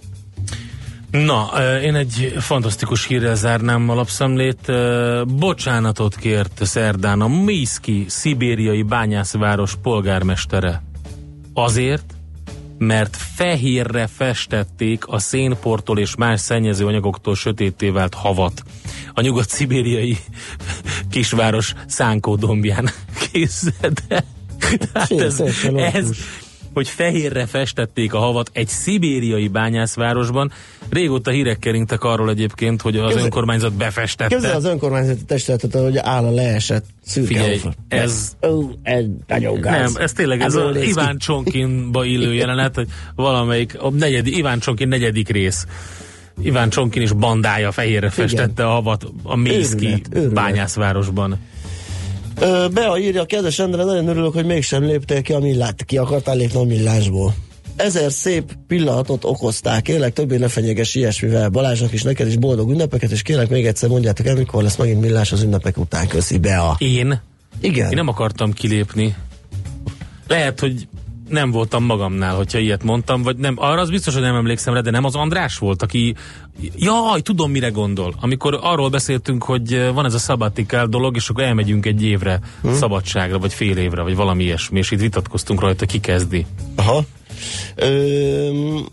Na, én egy fantasztikus hírrel zárnám a lapszemlét. Bocsánatot kért szerdán a Miszki szibériai bányászváros polgármestere. Azért, mert fehérre festették a szénportól és más szennyező anyagoktól sötétté vált havat a nyugat-szibériai kisváros Szánkó dombján. Készed. Hát ez, ez, hogy fehérre festették a havat egy szibériai bányászvárosban. Régóta hírek keringtek arról egyébként, hogy az Képzel, önkormányzat befestette. Képzel az önkormányzati testületet, hogy áll a leesett szürke. Figyelj, ez... Ó, ez nagyon gáz. Nem, ez tényleg ez az Iván Csonkinba illő jelenet, hogy valamelyik, a negyedik, Iván Csonkin negyedik rész. Iván Csonkin is bandája fehérre festette a havat a Miszki bányászvárosban. Ö, Bea írja, kedves Endre, nagyon örülök, hogy mégsem léptél ki a millát. Ki akartál lépni a millásból? Ezer szép pillanatot okozták, kérlek többé ne fenyegess ilyesmivel. Balázsnak is, neked is boldog ünnepeket, és kérlek még egyszer mondjátok el, mikor lesz megint millás az ünnepek után. Köszi, Bea. Én? Igen. Én nem akartam kilépni. Lehet, hogy nem voltam magamnál, hogyha ilyet mondtam, vagy nem, arra az biztos, hogy nem emlékszem rá, de nem az András volt, aki, jaj, tudom, mire gondol. Amikor arról beszéltünk, hogy van ez a sabbatical dolog, és akkor elmegyünk egy évre hmm. szabadságra, vagy fél évre, vagy valami ilyesmi, és itt vitatkoztunk rajta, ki kezdi. Aha. Öm...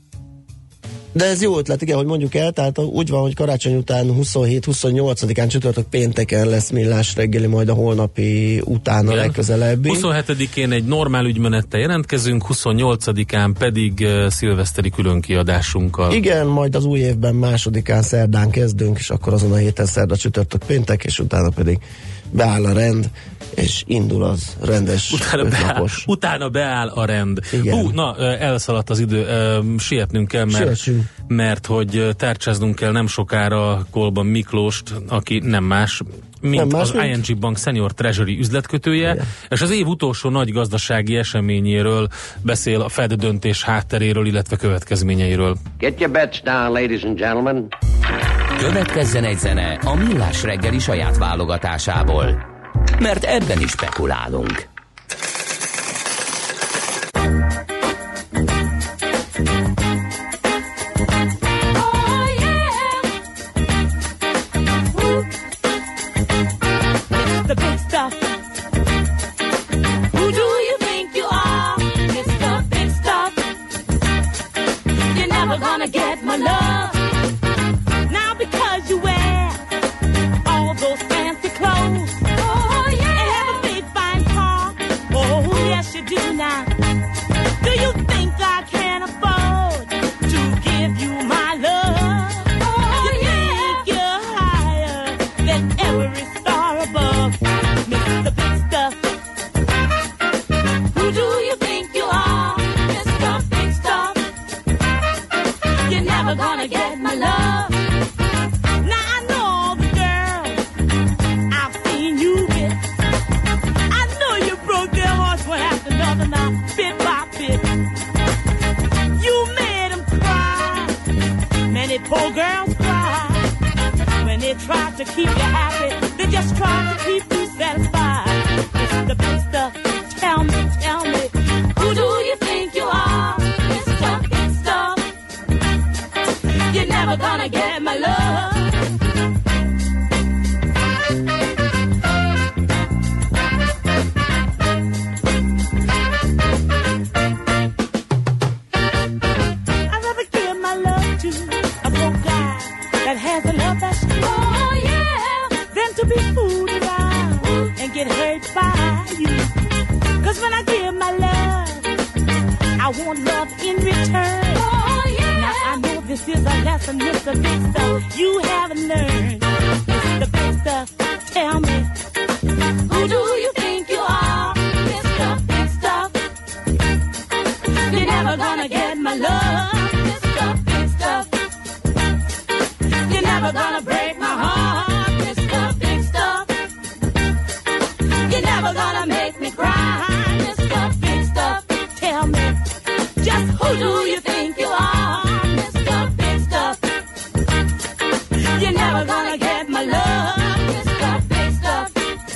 De ez jó ötlet, igen, hogy mondjuk el, tehát úgy van, hogy karácsony után huszonhét-huszonnyolcadikán csütörtök pénteken lesz millás reggeli, majd a holnapi után a legközelebbi. huszonhetedikén egy normál ügymenettel jelentkezünk, huszonnyolcadikán pedig uh, szilveszteri különkiadásunkkal. Igen, majd az új évben másodikán szerdán kezdünk, és akkor azon a héten szerda csütörtök péntek, és utána pedig beáll a rend, és indul az rendes utána beáll, utána beáll a rend. Igen. Hú, na, elszaladt az idő, sietnünk kell, mert, mert hogy tárcsáznunk kell nem sokára Kolban Miklóst, aki nem más, mint nem más, az mint? i en gé Bank Senior Treasury üzletkötője, igen. És az év utolsó nagy gazdasági eseményéről beszél, a Fed döntés hátteréről, illetve következményeiről. Get your bets down, ladies and gentlemen. Következzen egy zene a Millás reggeli saját válogatásából, mert ebben is spekulálunk. Tell me, tell me, who want love in return. Oh, yeah. Now I know this is a lesson, Mister Big Stuff, you haven't learned. Mister Big Stuff, tell me, who do you think you are, Mister Big Stuff? You're never gonna get my love, Mister Big Stuff. You're never gonna break my heart, Mister Big Stuff. You're never gonna make me cry, Mister Big Stuff. Tell me, just who do you think you are, Mister Big Stuff? You're never gonna get my love, Mister Big Stuff.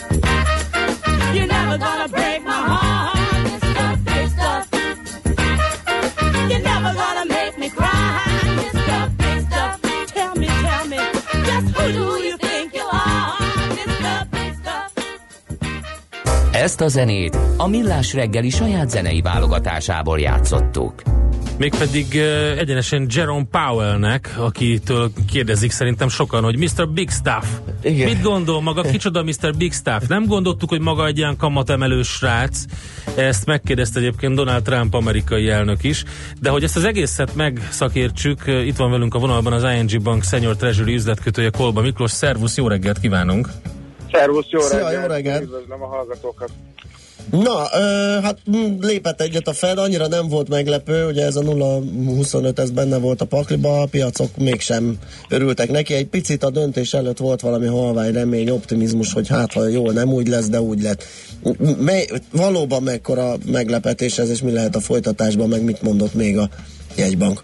You're never gonna break my heart, Mister Big Stuff. You're never gonna make me cry, Mister Big Stuff. Tell me, tell me, just who do you think you are, Mister Big Stuff? Ezt a zenét a Millás reggeli saját zenei válogatásából játszottuk. Mégpedig uh, egyenesen Jerome Powellnek, akitől kérdezik szerintem sokan, hogy miszter Big Stuff. Igen. Mit gondol maga, kicsoda miszter Big Stuff? Nem gondoltuk, hogy maga egy ilyen kamatemelő srác. Ezt megkérdezte egyébként Donald Trump amerikai elnök is. De hogy ezt az egészet megszakértsük, itt van velünk a vonalban az I N G Bank Senior Treasury üzletkötője, Kolba Miklós. Szervusz, jó reggelt kívánunk! Szervusz, jó Szia, reggelt! Jó reggelt! Üdvözlöm a hallgatókat! Na, ö, hát lépett egyet a Fed, annyira nem volt meglepő, ugye ez a nulla huszonöt, ez benne volt a pakliba, a piacok mégsem örültek neki, egy picit a döntés előtt volt valami halvány remény, optimizmus, hogy hát ha jól nem úgy lesz, de úgy lett. Mely, valóban mekkora meglepetés ez, és mi lehet a folytatásban, meg mit mondott még a jegybank?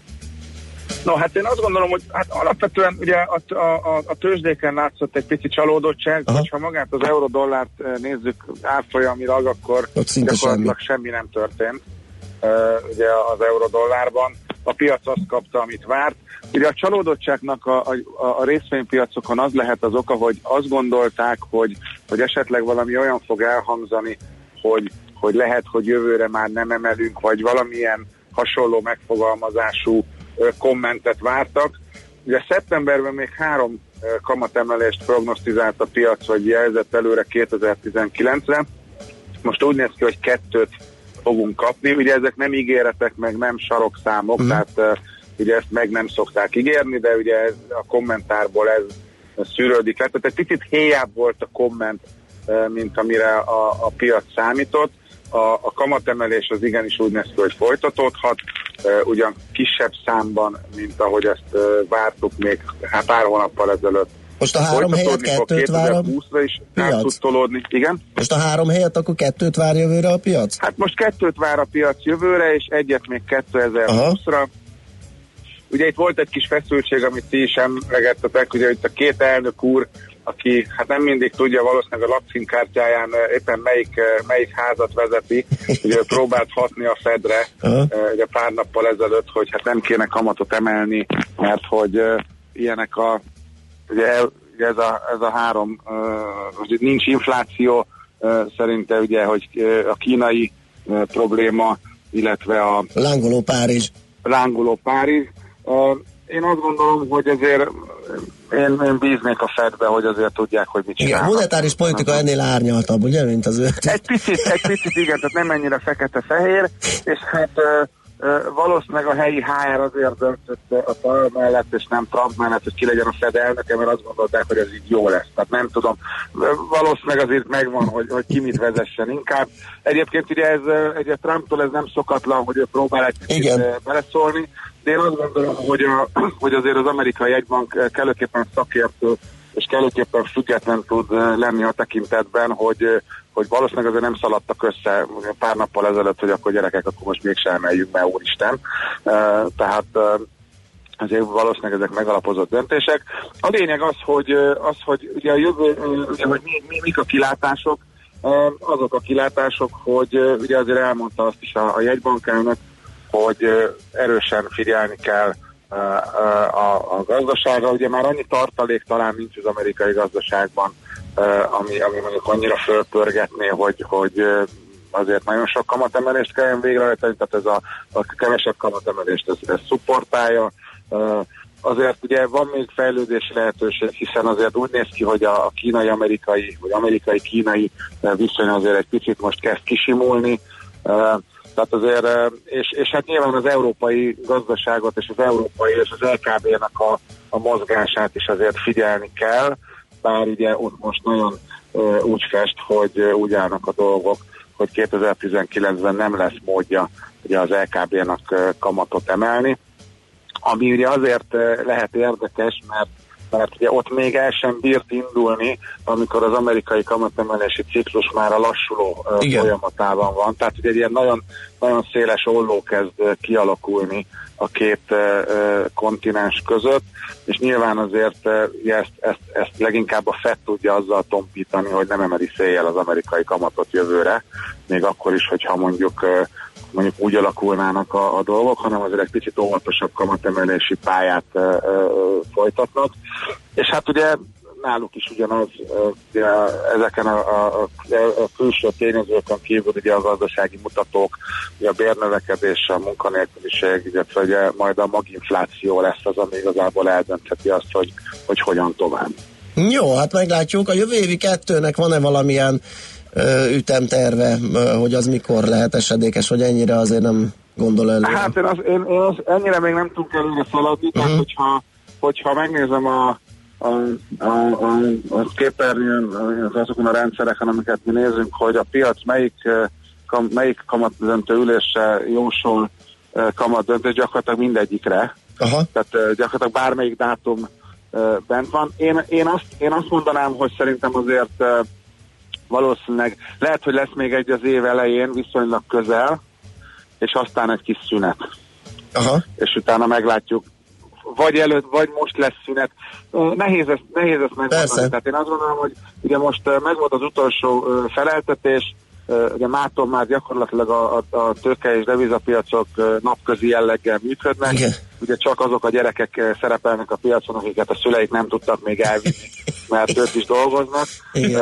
No, hát én azt gondolom, hogy hát alapvetően ugye a, a, a tőzsdéken látszott egy pici csalódottság, hogyha magát az euró-dollárt nézzük árfolyamilag, akkor gyakorlatilag semmi nem történt uh, ugye az euró-dollárban. A piac azt kapta, amit várt. Ugye a csalódottságnak a, a, a részvénypiacokon az lehet az oka, hogy azt gondolták, hogy, hogy esetleg valami olyan fog elhangzani, hogy, hogy lehet, hogy jövőre már nem emelünk, vagy valamilyen hasonló megfogalmazású kommentet vártak. Ugye szeptemberben még három kamatemelést prognosztizált a piac, vagy jelzett előre kétezer-tizenkilencre. Most úgy néz ki, hogy kettőt fogunk kapni. Ugye ezek nem ígéretek, meg nem sarokszámok, mm. tehát uh, ugye ezt meg nem szokták ígérni, de ugye ez, a kommentárból ez, ez szűrődik le. Tehát egy picit héjább volt a komment, uh, mint amire a, a piac számított. A, a kamatemelés az igenis úgy néz ki, hogy folytatódhat, uh, ugyan kisebb számban, mint ahogy ezt uh, vártuk még hát pár hónappal ezelőtt. Most a három helyet kettőt vár a is piac? Igen? Most a három helyet akkor kettőt vár jövőre a piac? Hát most kettőt vár a piac jövőre, és egyet még kétezer-húszra. Ugye itt volt egy kis feszültség, amit ti is emlegettetek, ugye itt a két elnök úr, aki hát nem mindig tudja valószínűleg a lakcímkártyáján éppen melyik, melyik házat vezeti, ugye próbált hatni a Fedre ugye pár nappal ezelőtt, hogy hát nem kéne kamatot emelni, mert hogy ilyenek a ugye ez a, ez a három, hogy nincs infláció, szerinte ugye, hogy a kínai probléma, illetve a lángoló Párizs. Lángoló Párizs. Én azt gondolom, hogy azért én, én bíznék a Fedbe, hogy azért tudják, hogy mit csinálnak. Igen, a monetáris politika ennél árnyaltabb, ugye, mint az ő? Egy picit, egy picit igen, tehát nem ennyire fekete-fehér, és hát Uh, valószínűleg a helyi há er azért döntött a Powell mellett, és nem Trump mellett, hogy ki legyen a Fed elnöke, mert azt gondolták, hogy ez így jó lesz. Tehát nem tudom, valószínűleg azért megvan, hogy, hogy ki mit vezessen inkább. Egyébként ugye ez, ugye Trumptól ez nem szokatlan, hogy ő próbál egy kicsit beleszólni, de én azt gondolom, hogy, a, hogy azért az amerikai jegybank kellőképpen szakértő, és kellőképpen független tud lenni a tekintetben, hogy hogy valószínűleg azért nem szaladtak össze pár nappal ezelőtt, hogy akkor gyerekek, akkor most mégsem emeljük, mert úristen. Uh, tehát uh, azért valószínűleg ezek megalapozott döntések. A lényeg az, hogy, az, hogy ugye a jövő, ugye, hogy mi, mi, mik a kilátások, uh, azok a kilátások, hogy uh, ugye azért elmondta azt is a, a jegybankelnök, hogy uh, erősen figyelni kell uh, uh, a, a gazdaságra. Ugye már annyi tartalék talán nincs az amerikai gazdaságban, Uh, ami, ami mondjuk annyira fölpörgetné, hogy, hogy uh, azért nagyon sok kamatemelést kelljen végrehajtani, tehát ez a, a kevesebb kamatemelést ez, ez szupportálja. Uh, azért ugye van még fejlődési lehetőség, hiszen azért úgy néz ki, hogy a, a kínai-amerikai, vagy amerikai-kínai viszony azért egy picit most kezd kisimulni. Uh, Tehát azért, és, és hát nyilván az európai gazdaságot és az európai és az el ká bé-nek a, a mozgását is azért figyelni kell, bár ugye ott most nagyon uh, úgy fest, hogy uh, úgy állnak a dolgok, hogy kétezer-tizenkilencben nem lesz módja ugye az el ká bé-nek uh, kamatot emelni, ami ugye azért uh, lehet érdekes, mert mert ugye ott még el sem bírt indulni, amikor az amerikai kamatemelési ciklus már a lassuló uh, folyamatában van. Tehát ugye egy ilyen nagyon, nagyon széles olló kezd uh, kialakulni a két uh, kontinens között, és nyilván azért uh, ezt, ezt, ezt leginkább a Fed tudja azzal tompítani, hogy nem emeli széjjel az amerikai kamatot jövőre, még akkor is, hogyha mondjuk uh, mondjuk úgy alakulnának a, a dolgok, hanem azért egy picit óvatosabb kamatemelési pályát e, e, folytatnak. És hát ugye náluk is ugyanaz, ugye, ezeken a, a, a, a külső tényezőkön kívül ugye a gazdasági mutatók, ugye a bérnövekedés, a munkanélküliség, illetve ugye majd a maginfláció lesz az, ami igazából eldöntheti azt, hogy, hogy hogyan tovább. Jó, hát meglátjuk. A jövő évi kettőnek van-e valamilyen ütemterve, hogy az mikor lehet esedékes, hogy ennyire azért nem gondol elő? Hát én, az, én, én az, ennyire még nem tudunk előre szaladni, uh-huh. tehát hogyha, hogyha megnézem a, a, a, a, a képernyőn, azokon a rendszereken, amiket mi nézünk, hogy a piac melyik, kam, melyik kamatdöntő üléssel jósol kamatdöntés, gyakorlatilag mindegyikre. Aha. Tehát gyakorlatilag bármelyik dátum bent van. Én, én, azt, én azt mondanám, hogy szerintem azért valószínűleg lehet, hogy lesz még egy az év elején viszonylag közel, és aztán egy kis szünet. Aha. És utána meglátjuk, vagy előtt, vagy most lesz szünet. Nehéz ezt, nehéz ezt megmondani. Tehát én azt gondolom, hogy ugye most megvolt az utolsó feleltetés, ugye mától már gyakorlatilag a, a, a tőke és devizapiacok napközi jelleggel működnek. Igen. Ugye csak azok a gyerekek szerepelnek a piacon, akiket a szüleik nem tudtak még elvinni, mert ők is dolgoznak. Igen.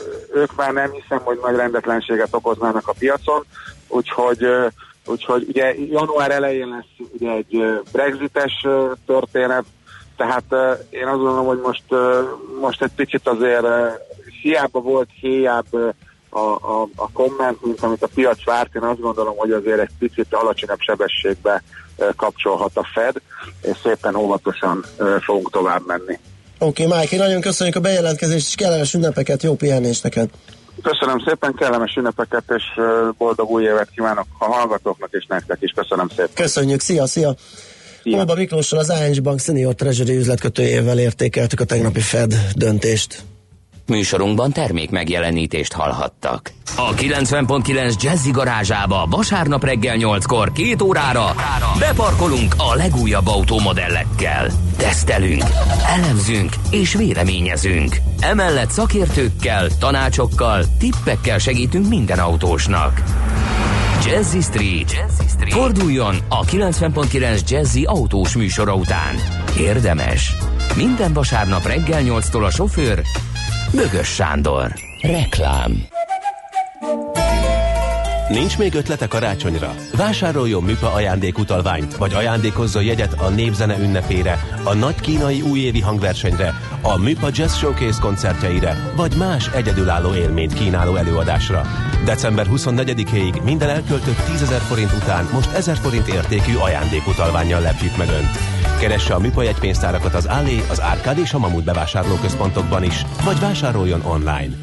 Ők már nem hiszem, hogy nagy rendetlenséget okoznának a piacon, úgyhogy, úgyhogy ugye január elején lesz ugye egy brexites történet, tehát én azt gondolom, hogy most, most egy picit azért hiába volt, hiába A, a, a komment, mint amit a piac várt, én azt gondolom, hogy azért egy picit alacsonyabb sebességbe e, kapcsolhat a Fed, és szépen óvatosan e, fogunk tovább menni. Oké, okay, Mike, nagyon köszönjük a bejelentkezést, és kellemes ünnepeket, jó pihenést neked! Köszönöm szépen, kellemes ünnepeket, és boldog új évet kívánok a hallgatóknak, és nektek is. Köszönöm szépen! Köszönjük, szia, szia! Olba Miklóssal, az i en gé Bank Senior Treasury üzletkötőjével értékeltük a tegnapi Fed döntést. Műsorunkban termék megjelenítést hallhattak. A kilencven pont kilenc Jazzy garázsába vasárnap reggel nyolckor két órára beparkolunk a legújabb automodellekkel. Tesztelünk, elemzünk és véleményezünk. Emellett szakértőkkel, tanácsokkal, tippekkel segítünk minden autósnak. Jazzy Street. Jazzy Street. Forduljon a kilencven pont kilenc Jazzy autós műsora után. Érdemes. Minden vasárnap reggel nyolctól a sofőr Bögös Sándor. Reklám. Nincs még ötlete karácsonyra? Vásároljon Műpa ajándékutalványt, vagy ajándékozzon jegyet a Népzene ünnepére, a nagy kínai újévi hangversenyre, a Műpa Jazz Showcase koncertjeire, vagy más egyedülálló élményt kínáló előadásra. december huszonnegyedikéig minden elköltött tízezer forint után most ezer forint értékű ajándékutalvánnyal lepjük meg Önt. Keresse a Műpa jegypénztárakat az Allé, az Árkád és a Mamut bevásárlóközpontokban is, vagy vásároljon online.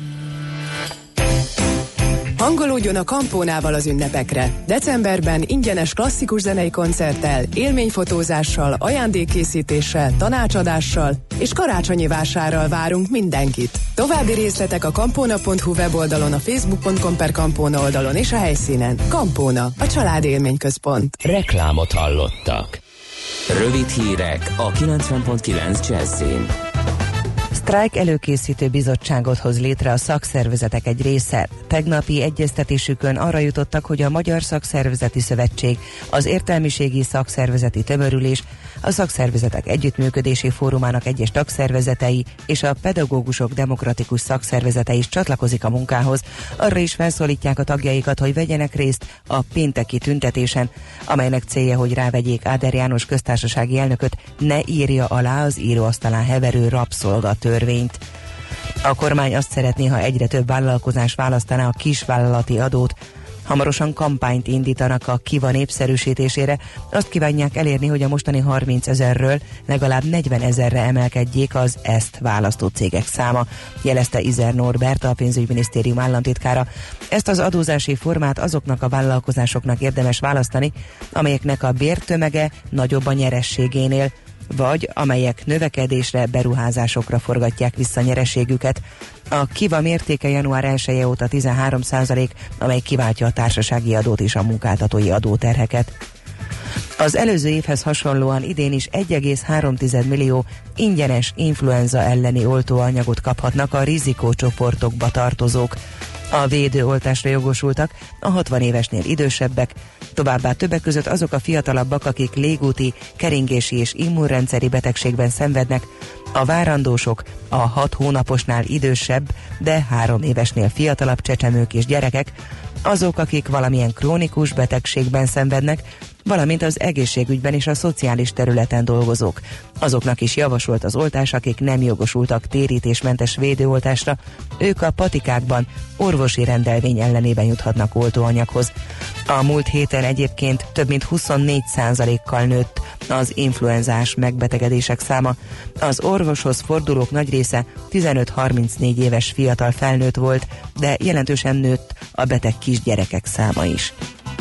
Hangolódjon a Campónával az ünnepekre. Decemberben ingyenes klasszikus zenei koncerttel, élményfotózással, ajándékkészítéssel, tanácsadással és karácsonyi vásárral várunk mindenkit. További részletek a campona pont hu weboldalon, a facebook pont com per Campona oldalon és a helyszínen. Campona, a család élményközpont. Reklámot hallottak. Rövid hírek a kilencven pont kilenc Jazzin. Sztrájk előkészítő bizottságot hoz létre a szakszervezetek egy része. Tegnapi egyeztetésükön arra jutottak, hogy a Magyar Szakszervezeti Szövetség, az Értelmiségi Szakszervezeti Tömörülés, a Szakszervezetek Együttműködési Fórumának egyes tagszervezetei és a Pedagógusok Demokratikus Szakszervezete is csatlakozik a munkához. Arra is felszólítják a tagjaikat, hogy vegyenek részt a pénteki tüntetésen, amelynek célja, hogy rávegyék Áder János köztársasági elnököt, ne írja alá az íróasztalán heverő rabszolgatörvényt. A kormány azt szeretné, ha egyre több vállalkozás választaná a kisvállalati adót. Hamarosan kampányt indítanak a Kiva népszerűsítésére. Azt kívánják elérni, hogy a mostani harminc ezerről legalább negyven ezerre emelkedjék az ezt választó cégek száma, jelezte Izer Norbert, a pénzügyminisztérium államtitkára. Ezt az adózási formát azoknak a vállalkozásoknak érdemes választani, amelyeknek a bértömege nagyobb a nyerességénél, vagy amelyek növekedésre, beruházásokra forgatják vissza nyereségüket. A Kiva mértéke január elseje óta tizenhárom százalék, amely kiváltja a társasági adót és a munkáltatói adóterheket. Az előző évhez hasonlóan idén is egy egész három millió ingyenes influenza elleni oltóanyagot kaphatnak a rizikócsoportokba tartozók. A védőoltásra jogosultak a hatvan évesnél idősebbek, továbbá többek között azok a fiatalabbak, akik légúti, keringési és immunrendszeri betegségben szenvednek, a várandósok, a hat hónaposnál idősebb, de három évesnél fiatalabb csecsemők és gyerekek, azok, akik valamilyen krónikus betegségben szenvednek, valamint az egészségügyben és a szociális területen dolgozók. Azoknak is javasolt az oltás, akik nem jogosultak térítésmentes védőoltásra, ők a patikákban orvosi rendelvény ellenében juthatnak oltóanyaghoz. A múlt héten egyébként több mint huszonnégy százalékkal nőtt az influenzás megbetegedések száma. Az orvoshoz fordulók nagy része tizenöt-harmincnégy éves fiatal felnőtt volt, de jelentősen nőtt a beteg kisgyerekek száma is.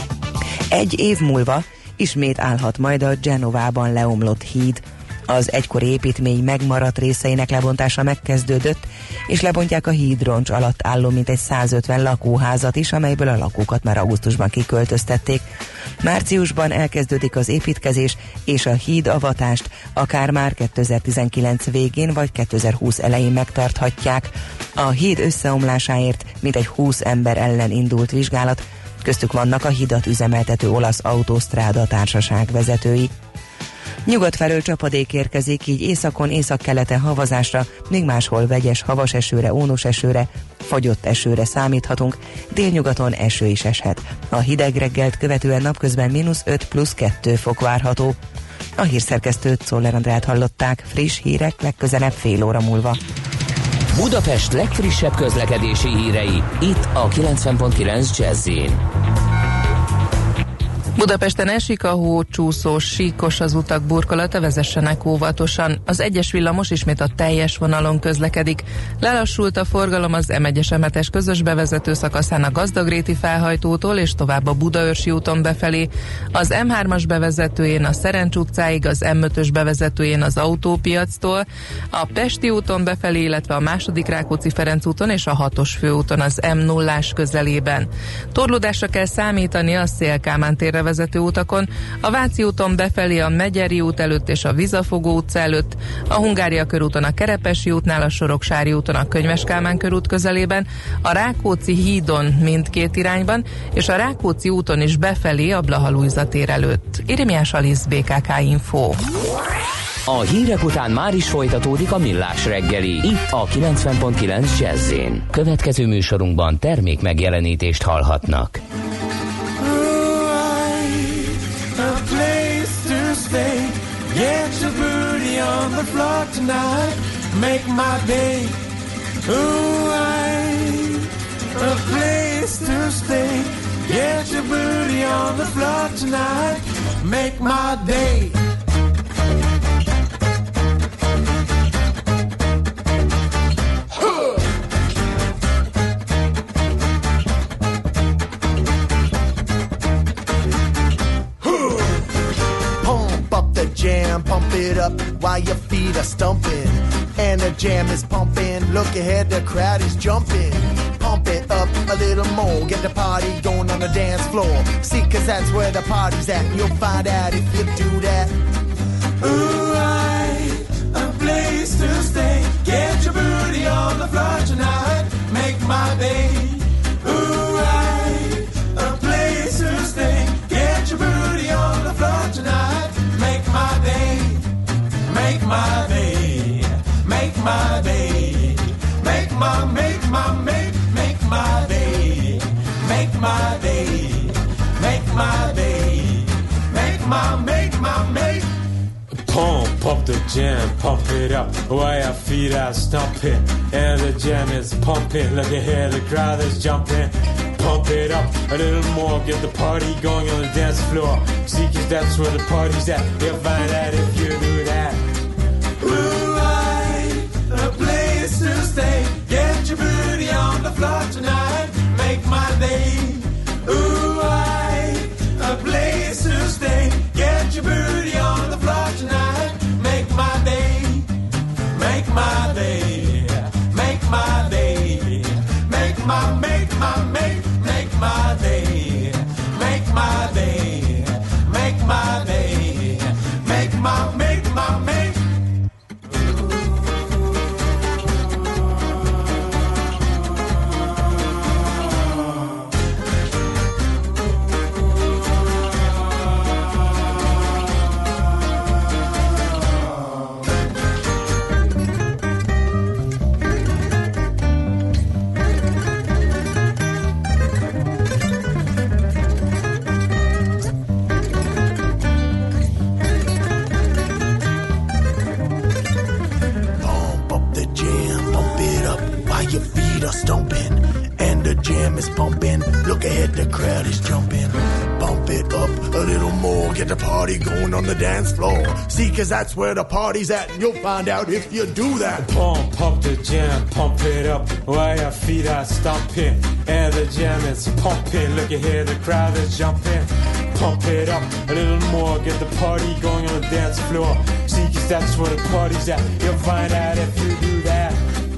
Egy év múlva ismét állhat majd a Genovában leomlott híd. Az egykori építmény megmaradt részeinek lebontása megkezdődött, és lebontják a hídroncs alatt álló mintegy százötven lakóházat is, amelyből a lakókat már augusztusban kiköltöztették. Márciusban elkezdődik az építkezés, és a hídavatást akár már kétezer-tizenkilenc végén vagy kétezer-húsz elején megtarthatják. A híd összeomlásáért mintegy húsz ember ellen indult vizsgálat, köztük vannak a hidat üzemeltető olasz Autostrada társaság vezetői. Nyugat felől csapadék érkezik, így északon, északkeleten havazásra, még máshol vegyes havas esőre, ónos esőre, fagyott esőre számíthatunk, délnyugaton eső is eshet. A hideg reggelt követően napközben mínusz öt plusz kettő fok várható. A hírszerkesztőt, Czoller Andrát hallották, friss hírek legközelebb fél óra múlva. Budapest legfrissebb közlekedési hírei, itt a kilencven pont kilenc Jazz-in. Budapesten esik a hó, csúszós, síkos az utak burkolata, vezessenek óvatosan. Az egyes villamos ismét a teljes vonalon közlekedik. Lelassult a forgalom az em egyes em hetes közös bevezető szakaszán a Gazdagréti felhajtótól és tovább a Budaörsi úton befelé. Az em hármas bevezetőjén a Szerencs utcáig, az em ötös bevezetőjén az Autópiactól, a Pesti úton befelé, illetve a második Rákóczi-Ferenc úton és a hatos főúton az em nullás közelében. Torlódásra kell számítani a Széll-Kálmán térre vezető utakon, a Váci úton befelé a Megyeri út előtt és a Vizafogó utca előtt, a Hungária körúton a Kerepesi útnál, a Soroksári úton a Könyves Kálmán körút közelében, a Rákóczi hídon mindkét irányban, és a Rákóczi úton is befelé a Blaha Lujza tér előtt. Irimiás Alisz, bé ká ká Info. A hírek után már is folytatódik a Millás reggeli, itt a kilencven pont kilenc Jazz-in. Következő műsorunkban termék megjelenítést hallhatnak. Get your booty on the floor tonight, make my day. Ooh, I, a place to stay. Get your booty on the floor tonight, make my day. Jam, pump it up while your feet are stumping. And the jam is pumping. Look ahead, the crowd is jumping. Pump it up a little more. Get the party going on the dance floor. See, cause that's where the party's at. You'll find out if you do that. Ooh, I, a place to stay. Get your booty on the floor tonight. Make my day. Ooh, I, a place to stay. Get your booty on the floor tonight. Make my day, make my day, make my day, make my, make my, make, make my day, make my day, make my day, make my, make my, make. Pump up the jam, pump it up while your feet are stomping. And the jam is pumping, look ahead, the crowd is jumping. Pump it up a little more, get the party going on the dance floor. See, cause that's where the party's at. You'll find out if you do that. Ooh, I, a place to stay. Get your booty on the floor tonight. Make my day. Ooh, I, a place to stay. Get your booty on the floor tonight. Make my day. Make my day. Make my day. Make my, make my, make, make my day. Make my day. Make my day. Make my, make my, make. Stomping and the jam is pumping. Look ahead, the crowd is jumping. Bump it up a little more, get the party going on the dance floor. See, cause that's where the party's at, and you'll find out if you do that. Pump up the jam, pump it up while your feet are stomping. And the jam is pumping. Look ahead, the crowd is jumping. Pump it up a little more, get the party going on the dance floor. See, cause that's where the party's at, you'll find out if you do that.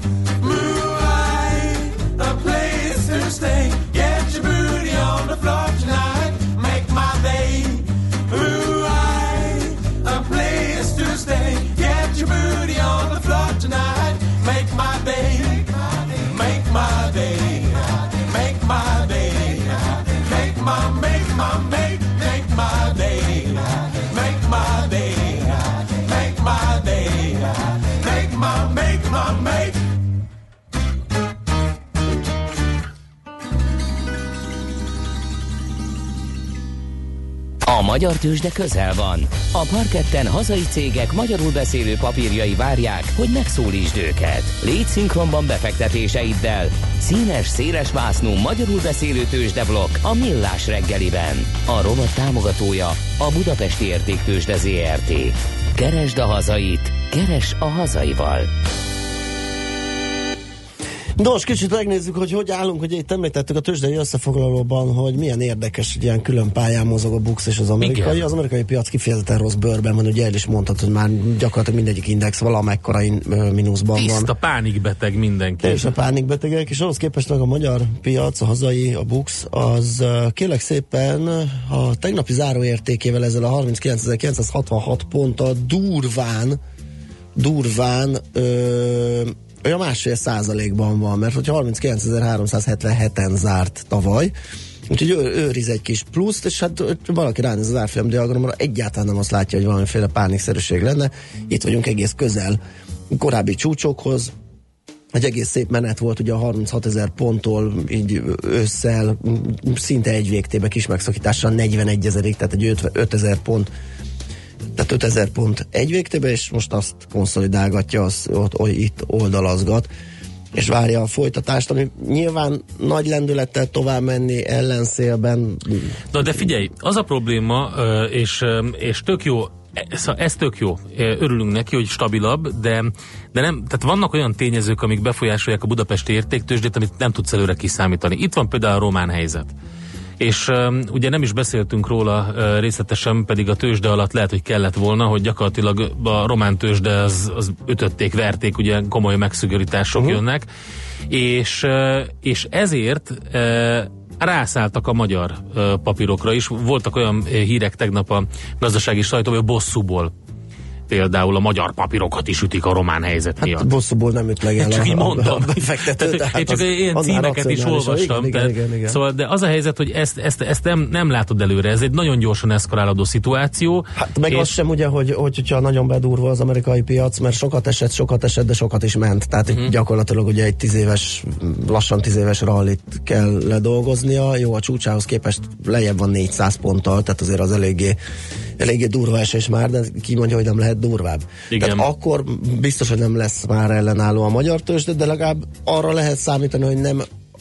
A place to stay. Get your booty on the floor tonight. Make my day. Ooh, I, a place to stay. Get your booty on the floor tonight. Make my day. Make my day. Make my day. Make my, make my, make, make my day. Make my day. Make my day. Make my, make my, make. A magyar tőzsde közel van. A parketten hazai cégek magyarul beszélő papírjai várják, hogy megszólítsd őket. Légy szinkronban befektetéseiddel. Színes, széles vásznú magyarul beszélő tőzsdeblokk a Millás reggeliben. A rovat támogatója a Budapesti Értéktőzsde zé er té. Keresd a hazait, keres a hazaival. Nos, kicsit megnézzük, hogy hogy állunk. Ugye itt említettük a tőzsdei összefoglalóban, hogy milyen érdekes, hogy ilyen külön pályán mozog a buksz és az amerikai. Igen. Az amerikai piac kifejezetten rossz bőrben van, ugye el is mondtad, hogy már gyakorlatilag mindegyik index valamekkora mínuszban van. Tiszta pánikbeteg mindenki. És a pánikbetegek, és ahhoz képest meg a magyar piac, a hazai, a buksz, az kérlek szépen a tegnapi záróértékével ezzel a harminckilencezer-kilencszázhatvanhat ponttal durván, durván ö, olyan másfél százalékban van, mert hogy harminckilencezer-háromszázhetvenheten zárt tavaly, úgyhogy ő, őriz egy kis pluszt, és hát valaki ránéz az árfolyam diagramra, egyáltalán nem azt látja, hogy valamiféle pánikszerűség lenne. Itt vagyunk egész közel korábbi csúcsokhoz, egy egész szép menet volt, ugye a harminchatezer ponttól így ősszel szinte egy végtébe kis megszakítással negyvenegyezerig, tehát egy ötezer pont, tehát ötezer pont egy végtébe, és most azt konszolidálgatja, az, ott, ott, itt oldalazgat, és várja a folytatást, ami nyilván nagy lendülettel tovább menni ellenszélben. Na de figyelj, az a probléma, és, és tök jó, ez tök jó, örülünk neki, hogy stabilabb, de, de nem, tehát vannak olyan tényezők, amik befolyásolják a budapesti értéktőzsdét, amit nem tudsz előre kiszámítani. Itt van például a román helyzet. És um, ugye nem is beszéltünk róla uh, részletesen, pedig a tőzsde alatt lehet, hogy kellett volna, hogy gyakorlatilag a román tőzsde az, az ütötték, verték, ugye komoly megszigorítások uh-huh. jönnek, és, uh, és ezért uh, rászálltak a magyar uh, papírokra is. Voltak olyan uh, hírek tegnap a gazdasági sajtóban, hogy bosszúból például a magyar papírokat is ütik a román helyzet hát miatt. Bosszúból nem üt meg el csak a, így mondtam. a befektető. Tehát, én csak az, ilyen címeket is olvastam. Igen, tehát, igen, igen, igen. Szóval, de az a helyzet, hogy ezt, ezt, ezt nem, nem látod előre. Ez egy nagyon gyorsan eszkalálódó szituáció. Hát meg és... az sem ugye, hogy, hogy hogyha nagyon bedurva az amerikai piac, mert sokat esett, sokat esett, de sokat is ment. Tehát uh-huh. gyakorlatilag ugye egy tíz éves, lassan tíz éves rallit kell ledolgoznia. Jó, a csúcsához képest lejjebb van négyszáz ponttal, tehát azért az eléggé, eléggé durva esés már, de ki mondja, hogy nem lehet durvább. Igen. Tehát akkor biztos, hogy nem lesz már ellenálló a magyar tőzsde, de legalább arra lehet számítani, hogy nem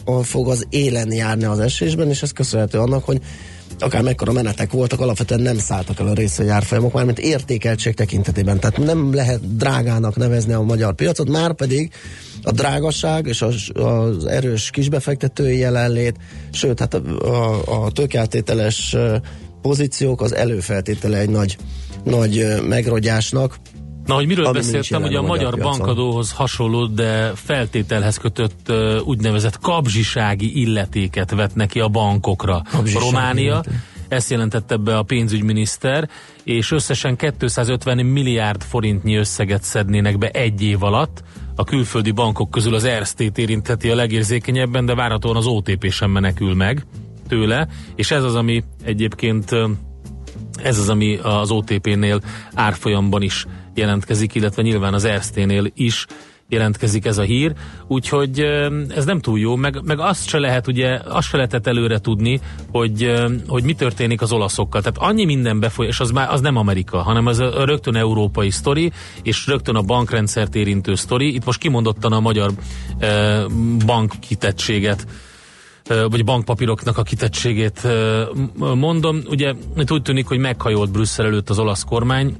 fog az élen járni az esésben, és ez köszönhető annak, hogy akár mekkora menetek voltak, alapvetően nem szálltak el a részvényárfolyamok, mármint értékeltség tekintetében. Tehát nem lehet drágának nevezni a magyar piacot, már pedig a drágaság és az, az erős kisbefektetői jelenlét, sőt, hát a, a, a tőkeáttételes pozíciók az előfeltétele egy nagy, nagy megrogyásnak. Na, hogy miről beszéltem, hogy a, a magyar piacon. Bankadóhoz hasonló, de feltételhez kötött uh, úgynevezett kapzsisági illetéket vet neki a bankokra. Kapzsisági Románia, illeték. Ezt jelentette be a pénzügyminiszter, és összesen kétszázötven milliárd forintnyi összeget szednének be egy év alatt. A külföldi bankok közül az Erste-t érintheti a legérzékenyebben, de várhatóan az o té pé sem menekül meg tőle, és ez az, ami egyébként ez az, ami az o té pénél árfolyamban is jelentkezik, illetve nyilván az Erste-nél is jelentkezik ez a hír, úgyhogy ez nem túl jó, meg, meg azt se lehet, ugye, azt se lehetett előre tudni, hogy, hogy mi történik az olaszokkal. Tehát annyi minden befolyás, és az, már, az nem Amerika, hanem az a rögtön európai sztori, és rögtön a bankrendszert érintő sztori. Itt most kimondottan a magyar eh, bankkitettséget vagy bankpapíroknak a kitettségét mondom. Ugye itt úgy tűnik, hogy meghajolt Brüsszel előtt az olasz kormány,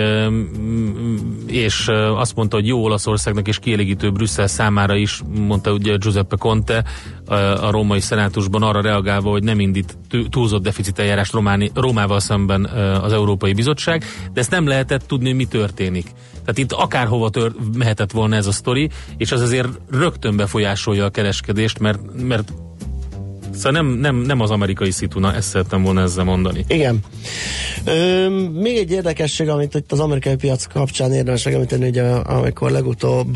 és azt mondta, hogy jó Olaszországnak és kielégítő Brüsszel számára is, mondta ugye Giuseppe Conte a római szenátusban arra reagálva, hogy nem indít túlzott deficiteljárást Rómával szemben az Európai Bizottság, de ezt nem lehetett tudni, mi történik. Tehát itt akárhova tör- mehetett volna ez a sztori, és az azért rögtön befolyásolja a kereskedést, mert, mert szóval nem, nem, nem az amerikai szituna, ezt szerettem volna ezzel mondani. Igen. Ö, még egy érdekesség, amit itt az amerikai piac kapcsán érdemes megemlíteni, ugye amikor legutóbb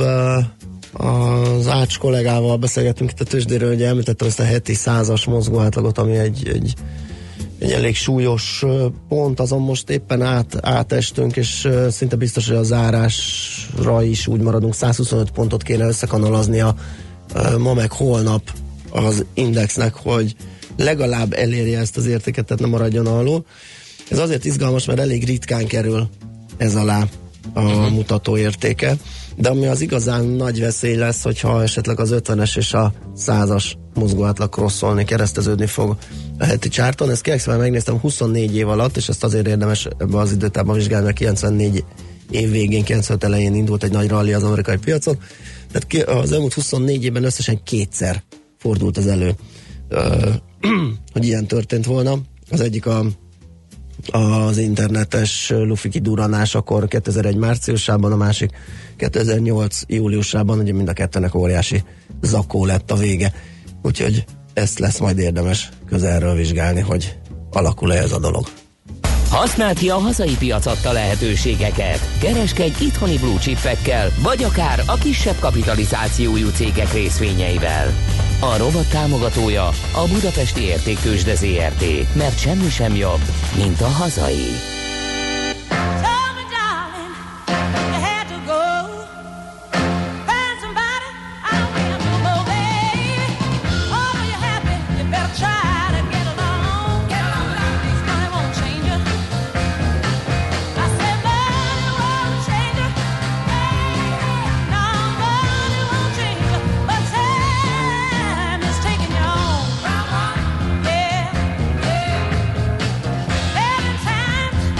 az Ács kollégával beszélgettünk itt a tőzsdéről, ugye említettem ezt a heti százas mozgóátlagot, ami egy, egy, egy elég súlyos pont, azon most éppen át, átestünk, és szinte biztos, hogy a zárásra is úgy maradunk, százhuszonöt pontot kéne összekanalaznia ma meg holnap az indexnek, hogy legalább elérje ezt az értéket, tehát nem maradjon alul. Ez azért izgalmas, mert elég ritkán kerül ez alá a uh-huh. mutató értéke, de ami az igazán nagy veszély lesz, hogyha esetleg az ötvenes és a százas mozgóátlag crosszolni, kereszteződni fog a heti csárton. Ezt kérlek, megnéztem huszonnégy év alatt, és ezt azért érdemes ebbe az időtában vizsgálni, mert kilencvennégy év végén, kilencvenöt elején indult egy nagy ralli az amerikai piacon. Tehát az elmúlt huszonnégy évben összesen kétszer fordult az elő, hogy ilyen történt volna. Az egyik a, az internetes lufi kidurranásakor kétezer-egy márciusában, a másik kétezer-nyolc júliusában, ugye mind a kettőnek óriási zakó lett a vége. Úgyhogy ezt lesz majd érdemes közelről vizsgálni, hogy alakul-e ez a dolog. Használd ki a hazai piac adta lehetőségeket. Kereskedj itthoni blue chipekkel, vagy akár a kisebb kapitalizációjú cégek részvényeivel. A rovat támogatója a Budapesti Értéktőzsde zé er té, mert semmi sem jobb, mint a hazai. Time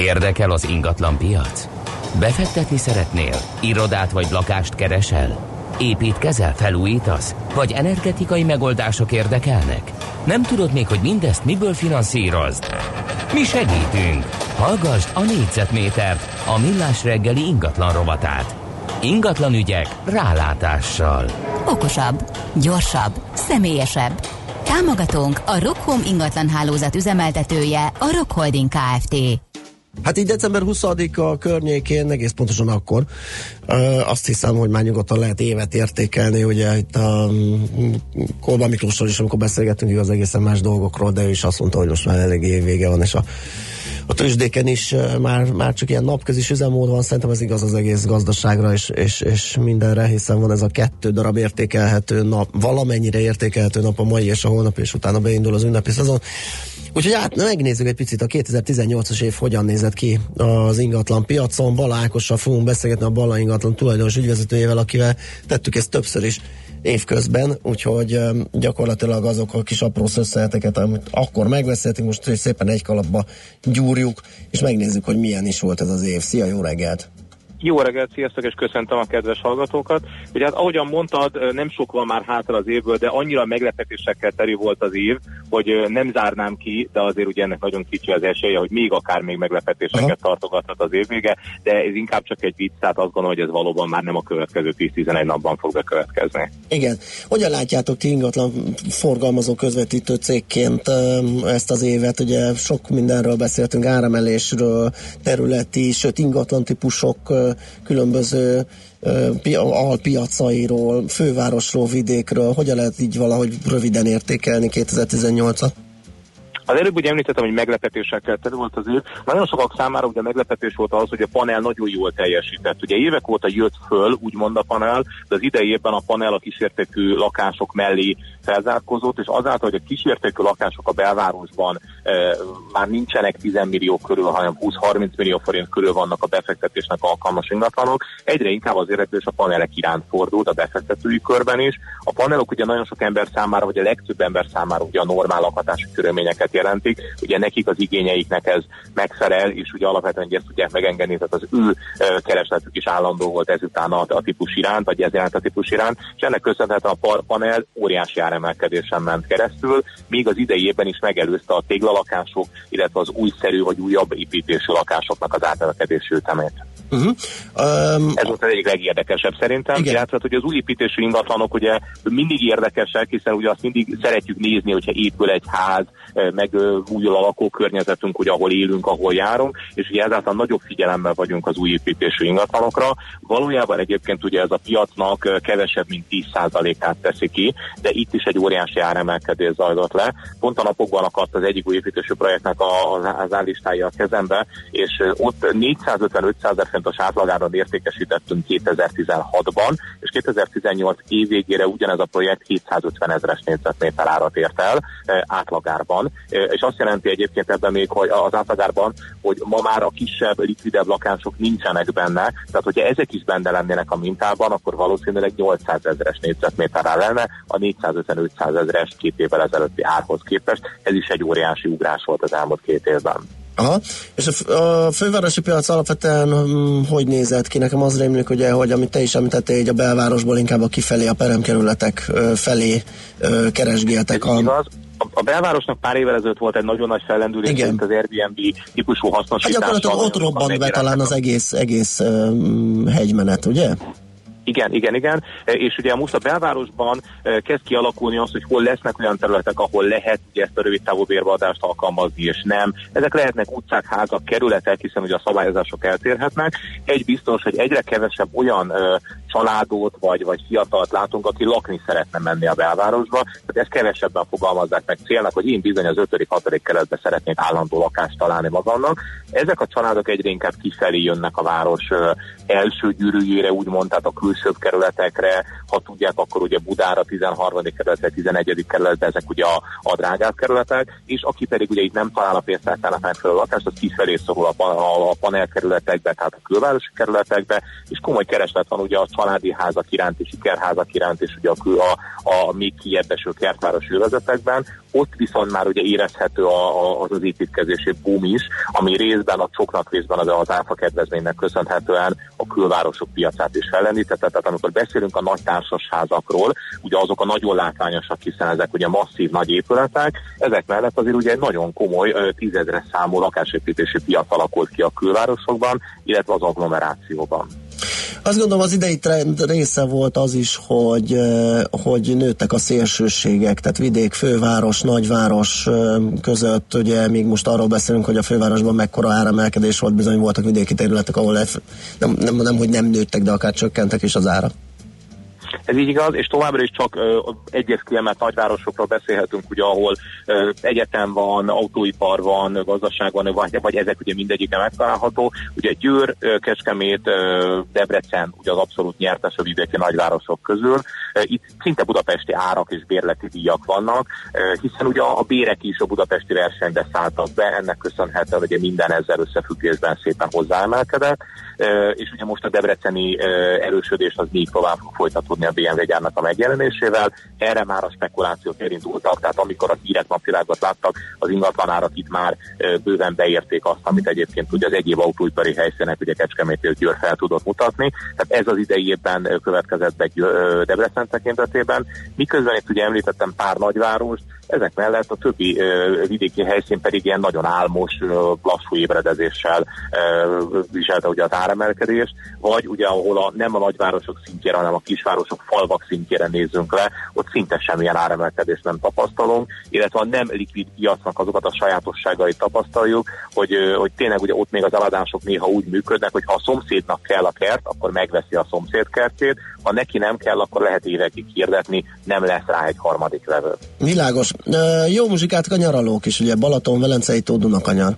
Érdekel az ingatlan piac? Befektetni szeretnél? Irodát vagy lakást keresel? Építkezel, felújítasz? Vagy energetikai megoldások érdekelnek? Nem tudod még, hogy mindezt miből finanszírozd? Mi segítünk! Hallgasd a négyzetmétert, a Millás reggeli ingatlan rovatát. Ingatlan ügyek rálátással. Okosabb, gyorsabb, személyesebb. Támogatónk a Rockhome ingatlan hálózat üzemeltetője, a Rock Holding Kft. Hát így december huszadika környékén, egész pontosan akkor, ö, azt hiszem, hogy már nyugodtan lehet évet értékelni, ugye itt a Kolba Miklóssal is, amikor beszélgettünk igaz egészen más dolgokról, de ő is azt mondta, hogy most már elég évvége van, és a, a tőzsdéken is már, már csak ilyen napközis üzemmód van, szerintem ez igaz az egész gazdaságra és, és, és mindenre, hiszen van ez a kettő darab értékelhető nap, valamennyire értékelhető nap, a mai és a holnap, és utána beindul az ünnepi szezon. Úgyhogy át, megnézzük egy picit a kétezer-tizennyolcas év hogyan nézett ki az ingatlan piacon. Balla Ákossal fogunk beszélgetni, a Balla ingatlan tulajdonos ügyvezetőjével, akivel tettük ezt többször is évközben, úgyhogy gyakorlatilag azok a kis apró összeheteket, amit akkor megbeszéltünk, most szépen egy kalapba gyúrjuk, és megnézzük, hogy milyen is volt ez az év. Szia, jó reggelt! Jó reggelt, sziasztok, és köszöntöm a kedves hallgatókat. Ugye hát ahogyan mondtad, nem sok van már hátra az évből, de annyira meglepetésekkel teli volt az év, hogy nem zárnám ki, de azért ugye ennek nagyon kicsi az esélye, hogy még akár még meglepetéseket Aha. tartogathat az évvége, de ez inkább csak egy vicc, tehát azt gondolom, hogy ez valóban már nem a következő tíz-tizenegy napban fog bekövetkezni. Igen. Hogyan látjátok ti ingatlan forgalmazó közvetítő cégként ezt az évet? Ugye sok mindenről beszéltünk, áremelésről, területi, sőt ingatlan típusok különböző uh, alpiacairól, fővárosról, vidékről. Hogyan lehet így valahogy röviden értékelni kétezer-tizennyolcat? Az előbb ugye említettem, hogy meglepetésekkel teli volt az év. Nagyon sokak számára ugye meglepetés volt az, hogy a panel nagyon jól teljesített. Ugye évek óta jött föl, úgymond a panel, de az idei évben a panel a kísértékű lakások mellé felzárkózott, és azáltal, hogy a kísértékű lakások a belvárosban e, már nincsenek tíz millió körül, hanem húsz-harminc millió forint körül vannak a befektetésnek alkalmas ingatlanok, egyre inkább az érdeklődés a panelek iránt fordult a befektetői körben is. A panelok ugye nagyon sok ember számára, vagy a legtöbb ember számára ugye a normál lakhatási körülményeket jelentik, ugye nekik az igényeiknek ez megfelel, és ugye alapvetően ezt tudják megengedni, tehát az ő e, keresletük is állandó volt ezután a, a típus iránt, vagy ez iránt a típus iránt, és ennek köszönhetően a panel óriási áremelkedésen ment keresztül, még az idei évben is megelőzte a téglalakások, illetve az újszerű vagy újabb építésű lakásoknak az átemelkedési ütemét. Uh-huh. Um, Ez volt az egyik legérdekesebb szerintem, illetve hogy az új építésű ingatlanok ugye mindig érdekesek, hiszen ugye azt mindig szeretjük nézni, hogyha épül egy ház, meg újul a lakókörnyezetünk, ugye, ahol élünk, ahol járunk, és ugye ezáltal nagyobb figyelemmel vagyunk az új építésű ingatlanokra. Valójában egyébként ugye ez a piacnak kevesebb, mint tíz százalékát teszi ki, de itt is egy óriási áremelkedés zajlott le. Pont a napokban akadt az egyik új építésű projektnek az állistája a kezembe, és ott négyszázötven-ötszázezer forintos átlagáron értékesítettünk kétezer-tizenhatban, és kétezer-tizennyolc év végére ugyanez a projekt hétszázötven ezres négyzetméter árat ért el átlagárban, és azt jelenti egyébként ebben még, hogy az átlagárban, hogy ma már a kisebb, likvidebb lakások nincsenek benne, tehát hogyha ezek is benne lennének a mintában, akkor valószínűleg nyolcszáz ezres négyzetméter áll lenne a négyszázötven-ötszáz ezres két évvel ezelőtti árhoz képest. Ez is egy óriási ugrás volt az elmúlt két évben. Aha. És a, a fővárosi piac alapvetően hm, hogy nézett ki? Nekem az rémlik, ugye, hogy amit te is említettél, hogy a belvárosból inkább a kifelé, a peremkerületek felé ö, keresgéltek. A... Igaz. A belvárosnak pár évvel ezelőtt volt egy nagyon nagy fellendülés, mint az Airbnb típusú hasznosítása. Hát gyakorlatilag ott robbant be talán az egész, egész uh, hegymenet, ugye? Igen, igen, igen, és ugye most a belvárosban kezd kialakulni az, hogy hol lesznek olyan területek, ahol lehet ugye ezt a rövid távú bérbeadást alkalmazni, és nem. Ezek lehetnek utcák, házak, kerületek, hiszen ugye a szabályozások eltérhetnek. Egy biztos, hogy egyre kevesebb olyan ö, családot vagy, vagy fiatalt látunk, aki lakni szeretne menni a belvárosba, tehát ezt kevesebben fogalmazzák meg célnak, hogy én bizony az ötödik, hatodik kerületbe szeretnék állandó lakást találni magamnak. Ezek a családok egyre inkább kifelé jönnek a város ö, első gyűrűjére, úgymond, tehát a külsőbb kerületekre, ha tudják, akkor ugye Budára, tizenharmadik kerületre, tizenegyedik kerületre, ezek ugye a, a drágább kerületek, és aki pedig ugye itt nem talál a pénztárcának megfelelő lakást, az kifelé szorul a, a, a panelkerületekbe, tehát a külvárosi kerületekbe, és komoly kereslet van ugye a családi házak iránt, és sikerházak iránt, és ugye a, a, a még kiérdeső kertvárosi övezetekben, ott viszont már ugye érezhető a, a, az az építkezési boom is, ami részben a csoknak részben az, az áfa kedvezménynek köszönhetően a külvárosok piacát is fellendítette. Tehát amikor beszélünk a nagy társasházakról, ugye azok a nagyon látványosak, hiszen ezek ugye masszív nagy épületek, ezek mellett azért ugye egy nagyon komoly tízezres számú lakásépítési piac alakult ki a külvárosokban, illetve az agglomerációban. Azt gondolom, az idei trend része volt az is, hogy, hogy nőttek a szélsőségek, tehát vidék, főváros, nagyváros között, ugye még most arról beszélünk, hogy a fővárosban mekkora áremelkedés volt, bizony voltak vidéki területek, ahol nem, nem, nem hogy nem nőttek, de akár csökkentek is az ára. Ez így igaz, és továbbra is csak uh, egyes kiemelt nagyvárosokról beszélhetünk, ugye, ahol uh, egyetem van, autóipar van, gazdaság van, vagy, vagy ezek ugye mindegyike megtalálható. Ugye Győr, uh, Kecskemét, uh, Debrecen ugye az abszolút nyertes a vidéki nagyvárosok közül. Uh, itt szinte budapesti árak és bérleti díjak vannak, uh, hiszen ugye a bérek is a budapesti versenybe szálltak be, ennek köszönhetően ugye minden ezzel összefüggésben szépen hozzáemelkedett, uh, és ugye most a debreceni uh, erősödés az még tovább fog folytatódni a bé em vé gyárnak a megjelenésével. Erre már a spekulációk elindultak, tehát amikor a hírek napvilágot láttak, az ingatlanárak itt már e, bőven beérték azt, amit egyébként ugye az egyéb autóipari helyszínek, ugye Kecskemét és Győr fel tudott mutatni. Tehát ez az idei évben következett be Debrecen tekintetében. Miközben itt ugye említettem pár nagyvárost, ezek mellett a többi ö, vidéki helyszín pedig ilyen nagyon álmos, ö, lassú ébredezéssel ö, viselte ugye az áremelkedést, vagy ugye ahol a, nem a nagyvárosok szintjére, hanem a kisvárosok, falvak szintjére nézzünk le, ott szinte semmilyen áremelkedést nem tapasztalunk, illetve a nem likvid piacnak azokat a sajátosságait tapasztaljuk, hogy, ö, hogy tényleg ugye ott még az eladások néha úgy működnek, hogy ha a szomszédnak kell a kert, akkor megveszi a szomszéd kertjét, ha neki nem kell, akkor lehet évekig hirdetni, nem lesz rá egy harmadik vevő. Világos. Jó muzsikát a nyaralók is, ugye Balaton, Velencei tó, Dunakanyar.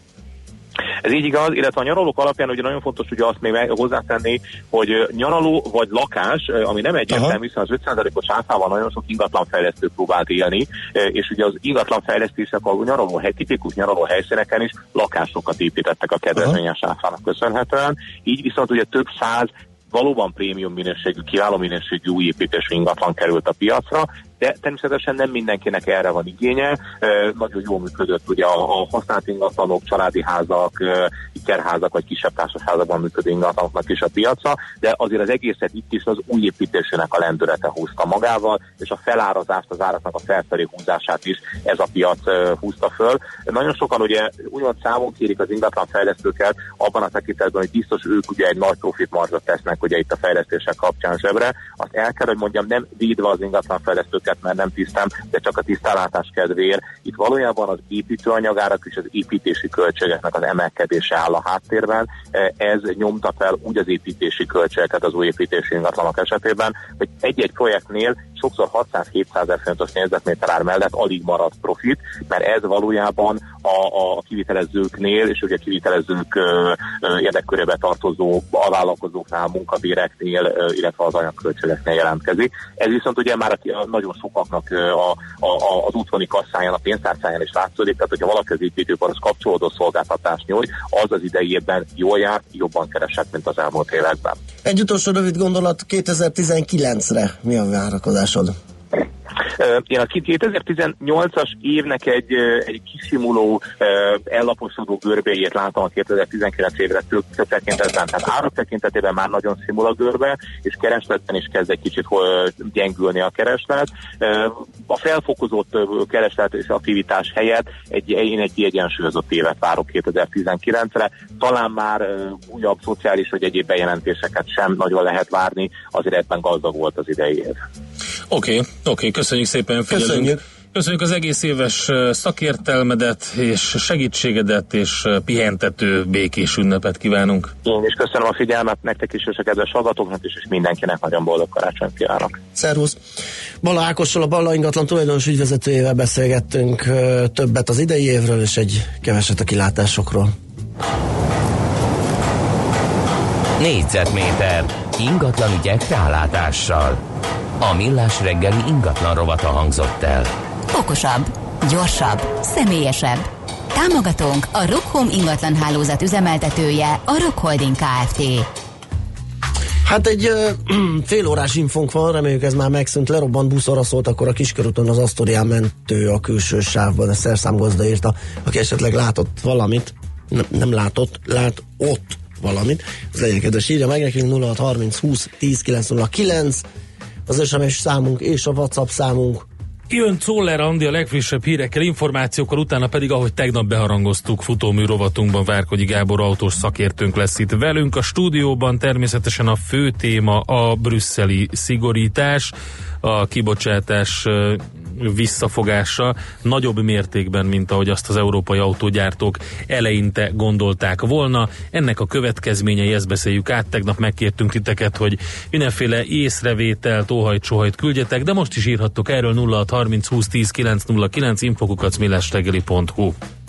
Ez így igaz, illetve a nyaralók alapján ugye nagyon fontos ugye azt még hozzátenni, hogy nyaraló vagy lakás, ami nem egyértelmű, hiszen az öt százalékos áfával nagyon sok ingatlanfejlesztő próbált élni, és ugye az ingatlanfejlesztések a nyaraló, tipikus nyaraló helyszíneken is lakásokat építettek a kedvezményes áfának köszönhetően, így viszont ugye több száz valóban prémium minőségű, kiváló minőségű új építésű ingatlan került a piacra, de természetesen nem mindenkinek erre van igénye. E, nagyon jól működött ugye a, a használt ingatlanok, családi házak, e, ikerházak vagy kisebb társasházakban működő ingatlanoknak is a piaca, de azért az egészet itt is az új építésének a lendülete húzta magával, és a felárazást, az áraknak a felfelé húzását is ez a piac e, húzta föl. Nagyon sokan ugye úgymond számon kérik az ingatlanfejlesztőket abban a tekintetben, hogy biztos ők ugye egy nagy profit marzsot tesznek ugye itt a fejlesztések kapcsán zsebre. Azt el kell, hogy mondjam, nem védve az ingatlanfejlesztőket, mert nem tisztám, de csak a tisztánlátás kedvéért. Itt valójában az építőanyagárak és az építési költségeknek az emelkedése áll a háttérben. Ez nyomta fel úgy az építési költségeket az új építési ingatlanok esetében, hogy egy-egy projektnél sokszor hatszáz-hétszázezer forintos négyzetméter ár mellett alig marad profit, mert ez valójában a, a kivitelezőknél és ugye a kivitelezők ö, ö, érdekkörébe tartozó alvállalkozóknál, munkabéreknél, illetve az anyagköltségeknél jelentkezik. Ez viszont ugye már a, nagyon sokaknak a, a, az otthoni kasszáján, a pénztárcáján is látszódik, tehát hogyha valaki az építőiparhoz kapcsolódó szolgáltatást nyújt, az az idei évben jól járt, jobban keresett, mint az elmúlt években. Egy utolsó rövid gondolat, kétezer-tizenkilencre mi a várakozásod? Én a kétezer-tizennyolcas évnek egy, egy kisimuló, ellaposodó görbéjét látom a kétezer-tizenkilenc évre több tekintetben, tehát árak tekintetében már nagyon szimul a görbe, és keresletben is kezd egy kicsit gyengülni a kereslet. A felfokozott kereslet és aktivitás helyett egy, én egy kiegyensúlyozott évet várok kétezer-tizenkilencre. Talán már újabb szociális vagy egyéb bejelentéseket sem nagyon lehet várni, azért ebben gazdag volt az idei év. Oké, okay, oké, okay, köszönjük szépen, figyelünk. Köszönjük. Köszönjük az egész éves szakértelmedet és segítségedet, és pihentető, békés ünnepet kívánunk. Én is köszönöm a figyelmet, nektek is és a kedves hallgatóknak is, és mindenkinek nagyon boldog karácsonyt kívánok. Szervusz! Balla Ákossal, a Balla ingatlan tulajdonos ügyvezetőjével beszélgettünk többet az idei évről, és egy keveset a kilátásokról. Négyzetméter ingatlan ügyek rálátással. A Millás reggeli ingatlan rovata hangzott el. Okosabb, gyorsabb, személyesebb. Támogatónk a Rockhome ingatlan hálózat üzemeltetője, a Rock Holding Kft. Hát egy ö, fél órás infónk van, reméljük ez már megszűnt, lerobbant busz arra szólt, akkor a Kiskörúton az Asztorián mentő a külső sávban, a szerszámgazda írta, aki esetleg látott valamit, nem, nem látott, lát ott valamit, az legyen kedves, írja meg nekünk nulla hat harminc húsz tíz kilenc nulla kilenc, az es em es számunk és a WhatsApp számunk. Jön Czoller Andi a legfrissebb hírekkel, információkkal, utána pedig, ahogy tegnap beharangoztuk, futómű rovatunkban Várkonyi Gábor autós szakértőnk lesz itt velünk. A stúdióban természetesen a fő téma a brüsszeli szigorítás, a kibocsátás visszafogása nagyobb mértékben, mint ahogy azt az európai autógyártók eleinte gondolták volna. Ennek a következményei, ezt beszéljük át. Tegnap megkértünk titeket, hogy mindenféle észrevételt, óhajt-sóhajt küldjetek, de most is írhattok erről nulla hat harminc húsz tíz kilenc nulla kilenc, infokukac millásreggeli pont hu.